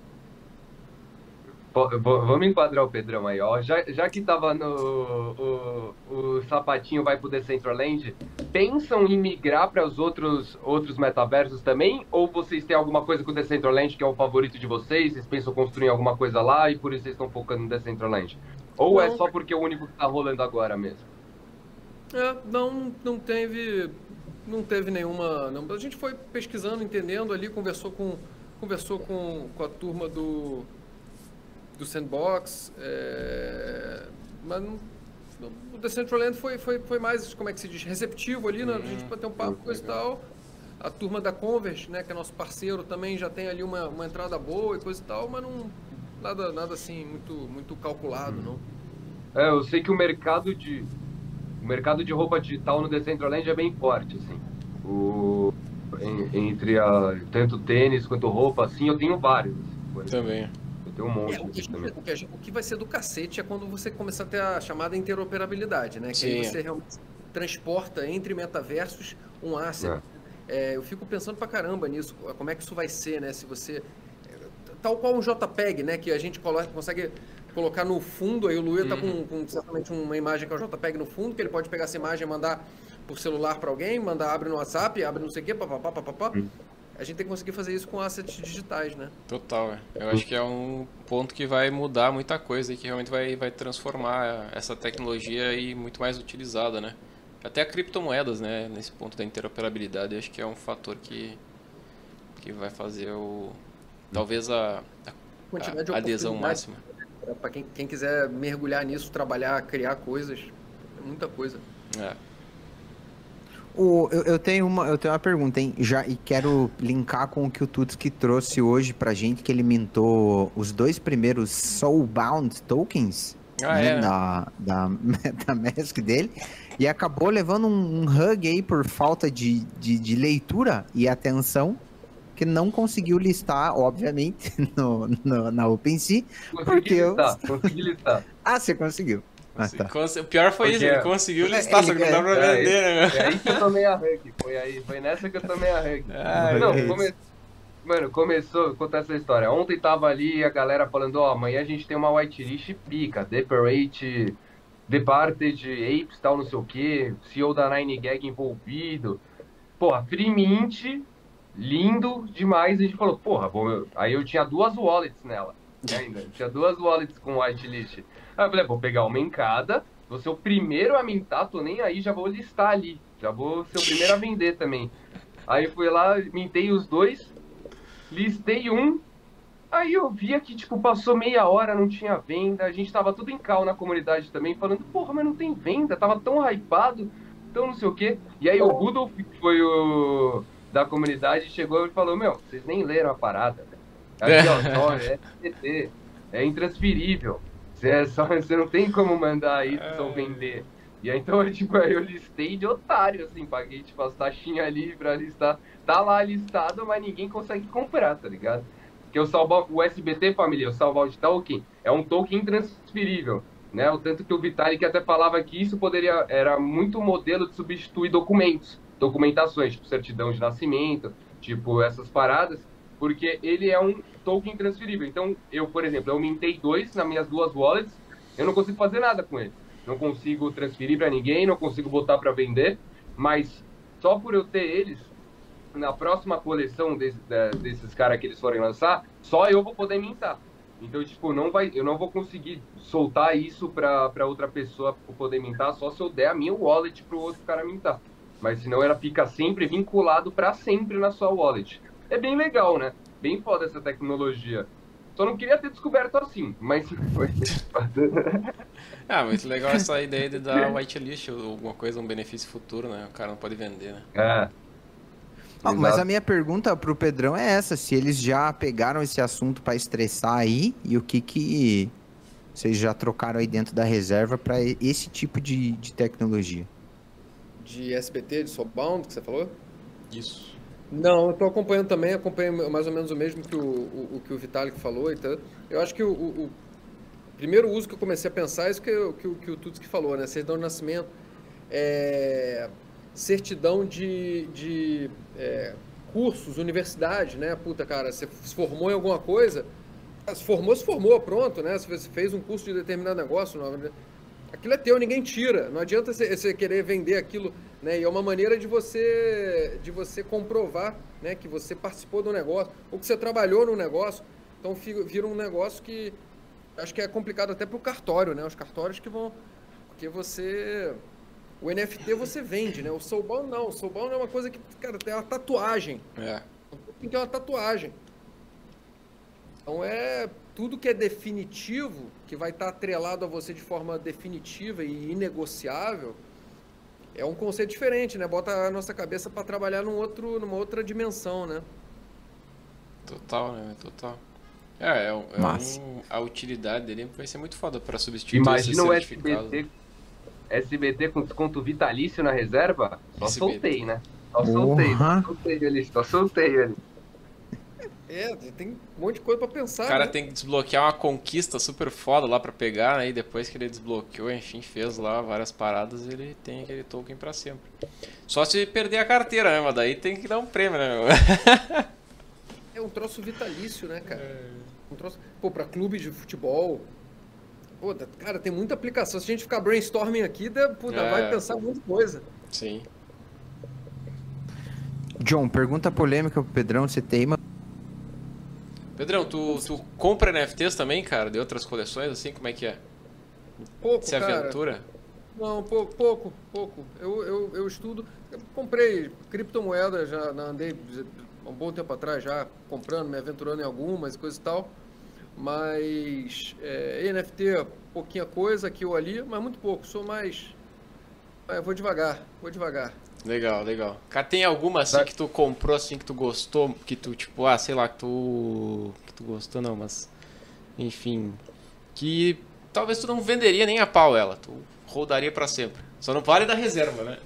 Pô, vamos enquadrar o Pedrão aí, ó. Já, já que tava no... O, o sapatinho vai pro Decentraland, pensam em migrar para os outros, outros metaversos também? Ou vocês têm alguma coisa com o Decentraland que é o favorito de vocês? Vocês pensam construir alguma coisa lá e por isso vocês estão focando no Decentraland? Ou não. É só porque é o único que tá rolando agora mesmo? É, não, não teve... Não teve nenhuma... Não, a gente foi pesquisando, entendendo ali, conversou com, conversou com, com a turma do... do Sandbox, é, mas não, o Decentraland foi, foi, foi mais, como é que se diz, receptivo ali, né? A gente pode ter um papo, coisa e tal. A turma da Converse, né, que é nosso parceiro, também já tem ali uma, uma entrada boa e coisa e tal, mas não, nada, nada assim muito, muito calculado, não. É, eu sei que o mercado de o mercado de roupa digital no Decentraland é bem forte, assim. O, em, entre a, tanto tênis quanto roupa, assim, eu tenho vários. Assim, Também. Eu tenho um monte. É, o, que, assim, o, que a gente, o que vai ser do cacete é quando você começar a ter a chamada interoperabilidade, né? Que aí Sim. você realmente transporta entre metaversos um asset. É. É, eu fico pensando pra caramba nisso, como é que isso vai ser, né? Se você... Tal qual um JPEG, né? Que a gente coloca, consegue colocar no fundo, aí o Luia tá com, com certamente uma imagem que é o JPEG no fundo, que ele pode pegar essa imagem e mandar por celular para alguém, mandar, abre no WhatsApp, abre não sei o quê, papapá, papapá. A gente tem que conseguir fazer isso com assets digitais, né? Total, é. Eu acho que é um ponto que vai mudar muita coisa e que realmente vai, vai transformar essa tecnologia e muito mais utilizada, né? Até a criptomoedas, né? Nesse ponto da interoperabilidade, acho que é um fator que, que vai fazer o talvez a, a, a adesão máxima. Para quem, quem quiser mergulhar nisso, trabalhar, criar coisas, é muita coisa. É. O, eu, eu, tenho uma, eu tenho uma pergunta, hein? Já, e quero linkar com o que o Tutski trouxe hoje pra gente, que ele mintou os dois primeiros Soulbound tokens, ah, né, é. da, da MetaMask dele, e acabou levando um, um hug aí por falta de, de, de leitura e atenção, que não conseguiu listar, obviamente, no, no, na OpenSea. Consegui porque listar, eu... consegui listar. Ah, você conseguiu. Ah, tá. O pior foi Porque isso, ele conseguiu listar, ele, só que não dá pra é, vender, né? É aí que eu tomei a hug, foi aí, foi nessa que eu tomei a hug. Ah, não, é come... Mano, começou, vou contar essa história. Ontem tava ali a galera falando, ó, oh, amanhã a gente tem uma whitelist pica, Deparate, Departed, Apes, tal, não sei o que, C E O da nine gag envolvido. Porra, free mint, lindo demais. A gente falou, porra, bom, eu... aí eu tinha duas wallets nela, ainda. Eu tinha duas wallets com whitelist. Aí eu falei, vou pegar uma em cada, vou ser o primeiro a mintar, tô nem aí, já vou listar ali. Já vou ser o primeiro a vender também. Aí fui lá, mintei os dois, listei um, aí eu via que, tipo, passou meia hora, não tinha venda, a gente tava tudo em cal na comunidade também, falando, porra, mas não tem venda, tava tão hypado, tão não sei o quê. E aí o Rudolf, que foi o da comunidade, chegou e falou, meu, vocês nem leram a parada, velho. Aqui, ó, só é S B T, é intransferível. Você, é só, você não tem como mandar isso ou vender. E aí, então, tipo, aí eu listei de otário, assim, paguei, tipo, as taxinhas ali pra listar. Tá lá listado, mas ninguém consegue comprar, tá ligado? Porque o, salva, o S B T, família, o Salval de Token, é um token intransferível, né? O tanto que o Vitalik até falava que isso poderia, era muito modelo de substituir documentos, documentações, tipo certidão de nascimento, tipo essas paradas, porque ele é um token transferível. Então, eu, por exemplo, eu mintei dois nas minhas duas wallets, eu não consigo fazer nada com eles. Não consigo transferir para ninguém, não consigo botar para vender, mas só por eu ter eles, na próxima coleção desse, desses caras que eles forem lançar, só eu vou poder mintar. Então, tipo, não vai, eu não vou conseguir soltar isso para outra pessoa poder mintar, só se eu der a minha wallet para o outro cara mintar. Mas senão ela fica sempre vinculado para sempre na sua wallet. É bem legal, né? Bem foda essa tecnologia. Só não queria ter descoberto assim, mas foi. Ah, muito legal essa ideia de dar whitelist ou alguma coisa, um benefício futuro, né? O cara não pode vender, né? É. Ah, mas a minha pergunta pro Pedrão é essa, se eles já pegaram esse assunto para estressar aí e o que que vocês já trocaram aí dentro da reserva para esse tipo de, de tecnologia. De S B T, de Soulbound, que você falou? Isso. Não, eu estou acompanhando também, acompanho mais ou menos o mesmo que o, o, o que o Vitalik falou. Então, eu acho que o, o, o primeiro uso que eu comecei a pensar é isso que, eu, que, o, que o Tutski falou, né? Certidão de nascimento, é, certidão de, de é, cursos, universidade, né? Puta, cara, você se formou em alguma coisa, se formou, se formou, pronto, né? Se você fez um curso de determinado negócio, não, aquilo é teu, ninguém tira. Não adianta você querer vender aquilo, né? E é uma maneira de você, de você comprovar, né, que você participou do negócio, ou que você trabalhou no negócio. Então vira um negócio que acho que é complicado até para o cartório, né? Os cartórios que vão... Porque você... O N F T você vende, né? O Soulbound não. O Soulbound é uma coisa que, cara, tem uma tatuagem. É. Tem que ter uma tatuagem. Então é tudo que é definitivo, que vai estar atrelado a você de forma definitiva e inegociável, é um conceito diferente, né? Bota a nossa cabeça para trabalhar num outro, numa outra dimensão, né? Total, né? Total. É, é, um, é um, a utilidade dele vai ser muito foda para substituir Imagina o S B T, S B T com desconto vitalício na reserva? Só S B T. Soltei, né? Só soltei, só soltei ele, só soltei ele. É, tem um monte de coisa pra pensar. O cara né? tem que desbloquear uma conquista super foda lá pra pegar, né? E depois que ele desbloqueou, enfim, fez lá várias paradas, ele tem aquele token pra sempre. Só se perder a carteira, né? Mas daí tem que dar um prêmio, né, meu? É um troço vitalício, né, cara? É. Um troço... Pô, pra clube de futebol... Pô, cara, tem muita aplicação. Se a gente ficar brainstorming aqui, dá, pô, é. vai pensar muita coisa. Sim. John, pergunta polêmica pro Pedrão, você teima? Pedrão, tu, tu compra N F Ts também, cara, de outras coleções, assim, como é que é? Pouco, Se aventura? Cara. Não, pouco, pouco, pouco. Eu, eu, eu estudo, eu comprei criptomoeda, já andei há um bom tempo atrás já, comprando, me aventurando em algumas e coisa e tal, mas é, N F T, pouquinha coisa aqui ou ali, mas muito pouco, sou mais, eu vou devagar, vou devagar. Legal, legal. Cara, tem alguma assim que tu comprou, assim, que tu gostou, que tu, tipo, ah, sei lá, que tu... que tu gostou não, mas... Enfim... Que talvez tu não venderia nem a pau ela, tu rodaria pra sempre. Só não vale da reserva, né?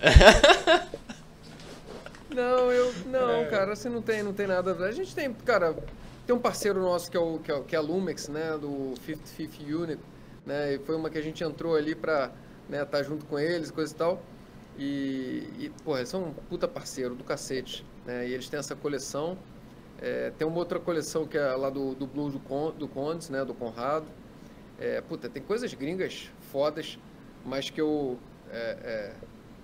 Não, eu... Não, é. cara, assim, não tem, não tem nada... A gente tem, cara... Tem um parceiro nosso que é, o, que é, que é a Lumex, né? Do fifty fifty Unit, né? E foi uma que a gente entrou ali pra... né, tá junto com eles, coisa e tal... E, e porra, eles são um puta parceiro do cacete, né? E eles têm essa coleção. É, tem uma outra coleção que é lá do, do Blues do, Con, do Condes, né? Do Conrado. É, puta, tem coisas gringas fodas, mas que eu é, é,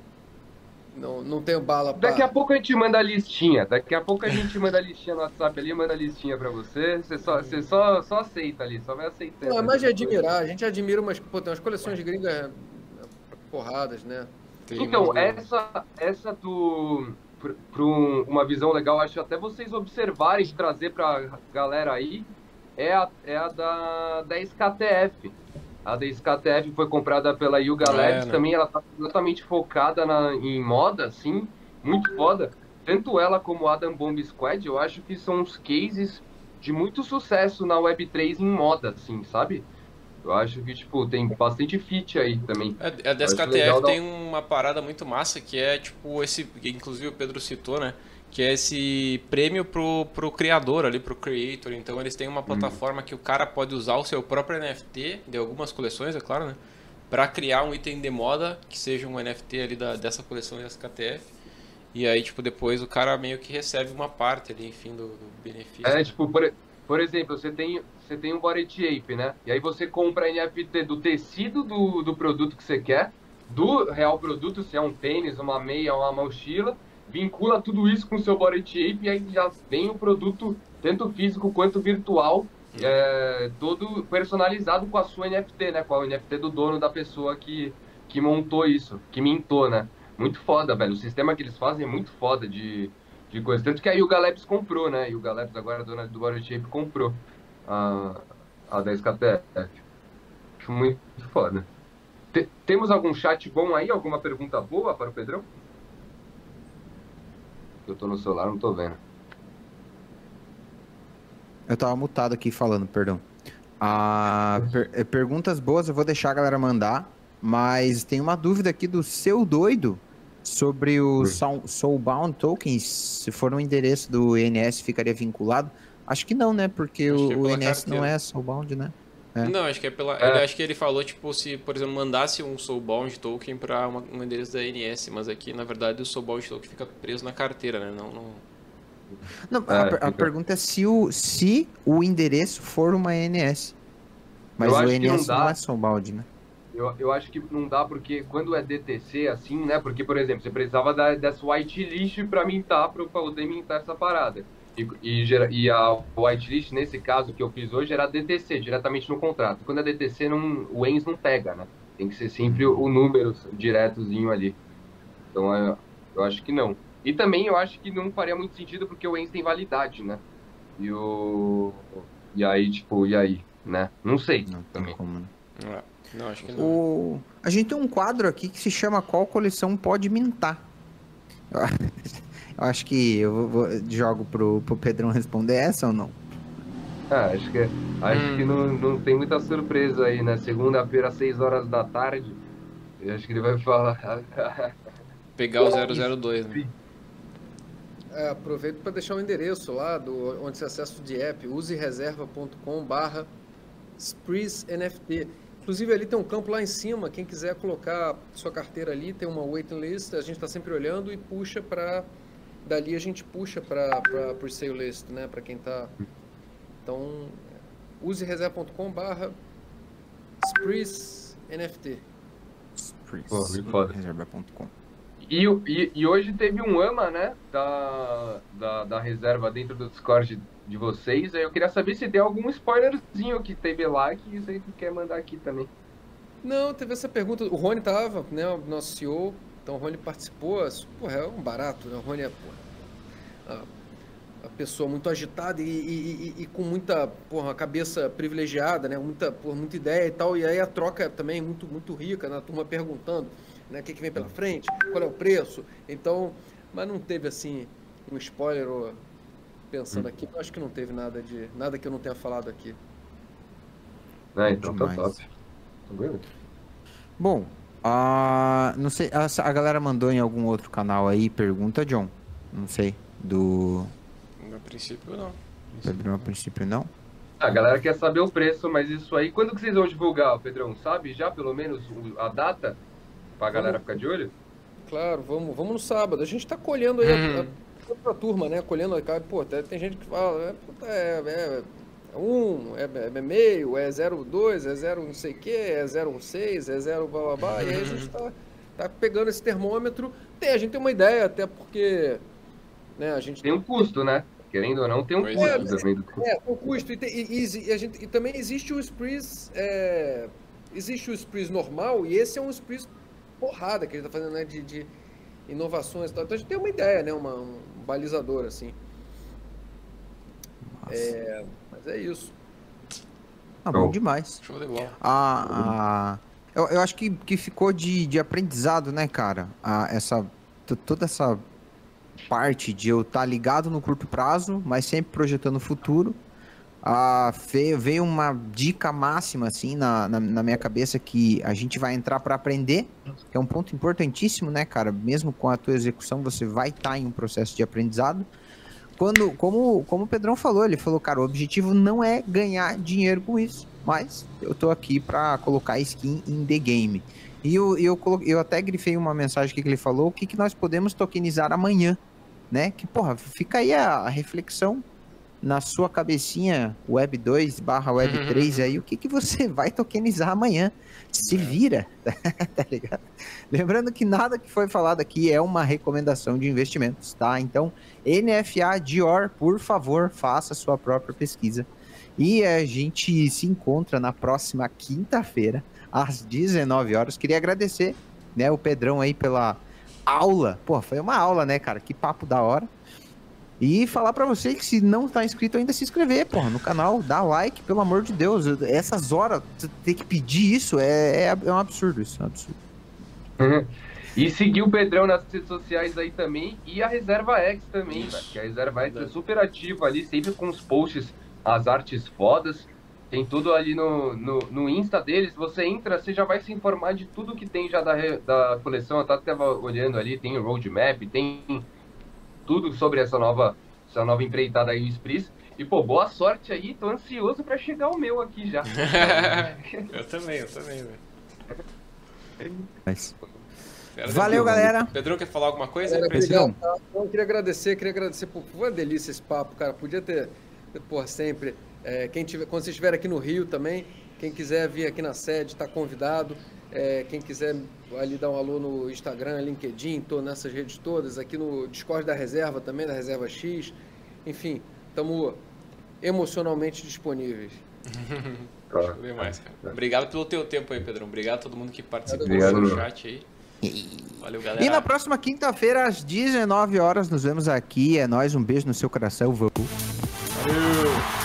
não, não tenho bala pra... Daqui a pouco a gente manda a listinha. Daqui a pouco a gente manda a listinha no WhatsApp ali, manda a listinha pra você. Você só, você só, só aceita ali, só vai aceitando. Não, é mais de admirar. A gente admira umas... Pô, tem umas coleções gringas porradas, né? Então, essa, essa do, para um, uma visão legal, acho até vocês observarem, trazer para a galera aí, é a, é a da, da S K T F. A da S K T F foi comprada pela Yuga Labs, é, né? Também ela está totalmente focada na, em moda, assim, muito foda. Tanto ela como a Adam Bomb Squad, eu acho que são uns cases de muito sucesso na Web três em moda, assim, sabe? Eu acho que, tipo, tem bastante fit aí também. A, a da S K T F tem uma parada muito massa que é, tipo, esse, que inclusive o Pedro citou, né? Que é esse prêmio pro, pro criador ali, pro creator. Então eles têm uma plataforma hum. que o cara pode usar o seu próprio N F T, de algumas coleções, é claro, né? Pra criar um item de moda que seja um N F T ali da, dessa coleção da S K T F. E aí, tipo, depois o cara meio que recebe uma parte ali, enfim, do, do benefício. É, né? tipo, por, por exemplo, você tem... Você tem um Bored Ape, né? E aí você compra N F T do tecido do, do produto que você quer, do real produto, se é um tênis, uma meia, uma mochila, vincula tudo isso com o seu Bored Ape e aí já vem o produto, tanto físico quanto virtual, hum. é, todo personalizado com a sua N F T, né? Com a N F T do dono da pessoa que, que montou isso, que mintou, né? Muito foda, velho. O sistema que eles fazem é muito foda de, de coisa. Tanto que a Yuga Labs comprou, né? A Yuga Labs, agora a dona do Bored Ape, comprou a, a da S K T F. Acho muito foda. T temos algum chat bom aí? Alguma pergunta boa para o Pedrão? Eu tô no celular, não tô vendo. Eu tava mutado aqui falando, perdão. Ah, per perguntas boas eu vou deixar a galera mandar, mas tem uma dúvida aqui do Seu Doido sobre o Soul Soulbound Tokens. Se for no endereço do E N S, ficaria vinculado? Acho que não, né? Porque acho o, é o E N S carteira. Não é Soulbound, né? É. Não, acho que é pela... É. Acho que ele falou, tipo, se, por exemplo, mandasse um Soulbound Token para um endereço da E N S, mas aqui, na verdade, o Soulbound Token fica preso na carteira, né? Não... não... não a, é, a pergunta é se o, se o endereço for uma E N S. Mas o E N S não, não é Soulbound, né? Eu, eu acho que não dá, porque quando é D T C, assim, né? Porque, por exemplo, você precisava da, dessa whitelist para mintar, para poder mintar essa parada. E, e, e a whitelist, nesse caso que eu fiz hoje, era D T C, diretamente no contrato. Quando é D T C, não, o E N S não pega, né? Tem que ser sempre o, o número diretozinho ali. Então, eu, eu acho que não. E também eu acho que não faria muito sentido, porque o E N S tem validade, né? E o... E aí, tipo, e aí, né? Não sei. Não tem também. como, né? É. Não, acho que não. O... A gente tem um quadro aqui que se chama Qual Coleção Pode Mintar? Eu eu acho que eu vou, vou- jogo pro, pro Pedrão responder essa ou não? Ah, acho que, acho Hum. que não, não tem muita surpresa aí, né? Segunda-feira, às seis horas da tarde, eu acho que ele vai falar. Pegar o zero zero dois, né? É, aproveito para deixar o endereço lá do onde você acessa o de app, usereserva ponto com barra Sprees N F T. Inclusive ali tem um campo lá em cima, quem quiser colocar sua carteira ali, tem uma waiting list, a gente está sempre olhando e puxa para dali a gente puxa para para por sale list, né, para quem tá. Então, usereserva ponto com barra Sprees N F T. Pô, que foda. Reserva ponto com. E, o- e, e hoje teve um AMA, né? Da, da, da reserva dentro do Discord de vocês. Aí eu queria saber se tem algum spoilerzinho que teve lá que você quer mandar aqui também. Não, teve essa pergunta. O Rony tava, né? O nosso C E O. Então o Rony participou. Porra, é um barato, né? O Rony é porra, a, a pessoa muito agitada e, e- e- e com muita, porra, uma cabeça privilegiada, né? Muita, porra, muita ideia e tal. E aí a troca também é muito, muito rica, né? A turma perguntando, né? O que, que vem pela frente, qual é o preço. Então, mas não teve assim um spoiler ou pensando aqui. Eu acho que não teve nada de nada que eu não tenha falado aqui. Ah, então tá Demais. top. Tranquilo? Bom, a, não sei, a, a galera mandou em algum outro canal aí, pergunta, John. Não sei, do No princípio, não. Pedrão a princípio não. A galera quer saber o preço, mas isso aí, quando que vocês vão divulgar, Pedrão? Sabe já, pelo menos, o- a data? Pra galera ficar de olho? Claro, vamos, vamos no sábado. A gente tá colhendo aí a, a, a turma, né? Colhendo a cara. Pô, tem, tem gente que fala, é, puta, é, é, é um, é, é meio, é zero vírgula dois, é zero não sei o que, é zero vírgula seis, é zero blá blá blá. E aí a gente tá, tá pegando esse termômetro. Tem, a gente tem uma ideia, até porque, né, a gente Tem um custo, né? Querendo ou não, tem um Pois custo é. também do É, o custo. E, tem- e- e- e a gente, e também existe o Sprees. É, existe o Sprees normal e esse é um Sprees porrada que ele tá fazendo, né? De, de inovações e tal. Então a gente tem uma ideia, né? Uma, um balizador, assim. É, mas é isso. Ah, bom Bom. demais. Show de bola. A, a- eu, eu acho que, que ficou de, de aprendizado, né, cara? A, essa, to- toda essa parte de eu estar ligado no curto prazo, mas sempre projetando o futuro. Ah, veio, veio uma dica máxima, assim, na, na, na minha cabeça que a gente vai entrar para aprender, que é um ponto importantíssimo, né, cara? Mesmo com a tua execução, você vai estar em um processo de aprendizado. Quando, como, como o Pedrão falou, ele falou, cara, o objetivo não é ganhar dinheiro com isso, mas eu tô aqui para colocar skin in the game. E eu, eu, colo- eu até grifei uma mensagem aqui que ele falou, o que, que nós podemos tokenizar amanhã, né? Que, porra, fica aí a, a reflexão na sua cabecinha, Web dois barra Web três aí, o que, que você vai tokenizar amanhã? Se vira, tá ligado? Lembrando que nada que foi falado aqui é uma recomendação de investimentos, tá? Então, N F A Dior, por favor, faça a sua própria pesquisa. E a gente se encontra na próxima quinta-feira, às dezenove horas. Queria agradecer, né, o Pedrão aí pela aula. Pô, foi uma aula, né, cara? Que papo da hora. E falar pra você que se não tá inscrito ainda, se inscrever, porra, no canal, dá like, pelo amor de Deus. Eu- Essas horas, você ter que pedir isso é, é, é um absurdo, isso é um absurdo. E seguir o Pedrão nas redes sociais aí também. E a Reserva X também, velho. Que a Reserva X é super ativa ali, sempre com os posts, as artes fodas. Tem tudo ali no, no, no Insta deles. Você entra, você já vai se informar de tudo que tem já da, re- da coleção. Eu até tava olhando ali, tem o roadmap, tem tudo sobre essa nova, essa nova empreitada aí, o Sprees. E, pô, boa sorte aí. Tô ansioso pra chegar o meu aqui já. Eu também, eu também, velho. Mas... Quero Valeu, ver. galera. Pedrão quer falar alguma coisa? Galera, Pedrão. obrigado, tá? Eu queria agradecer, queria agradecer, pô, foi uma delícia esse papo, cara. Podia ter, porra, sempre. É, quem tiver, quando você estiver aqui no Rio também, quem quiser vir aqui na sede, tá convidado. É, quem quiser ali dar um alô no Instagram, LinkedIn, tô nessas redes todas, aqui no Discord da Reserva também, da Reserva X. Enfim, estamos emocionalmente disponíveis. Show demais, cara. Obrigado pelo teu tempo aí, Pedrão. Obrigado a todo mundo que participou Obrigado, no meu. chat aí. Valeu, galera. E na próxima quinta-feira, às dezenove horas, nos vemos aqui. É nóis, um beijo no seu coração. Vamos. Valeu.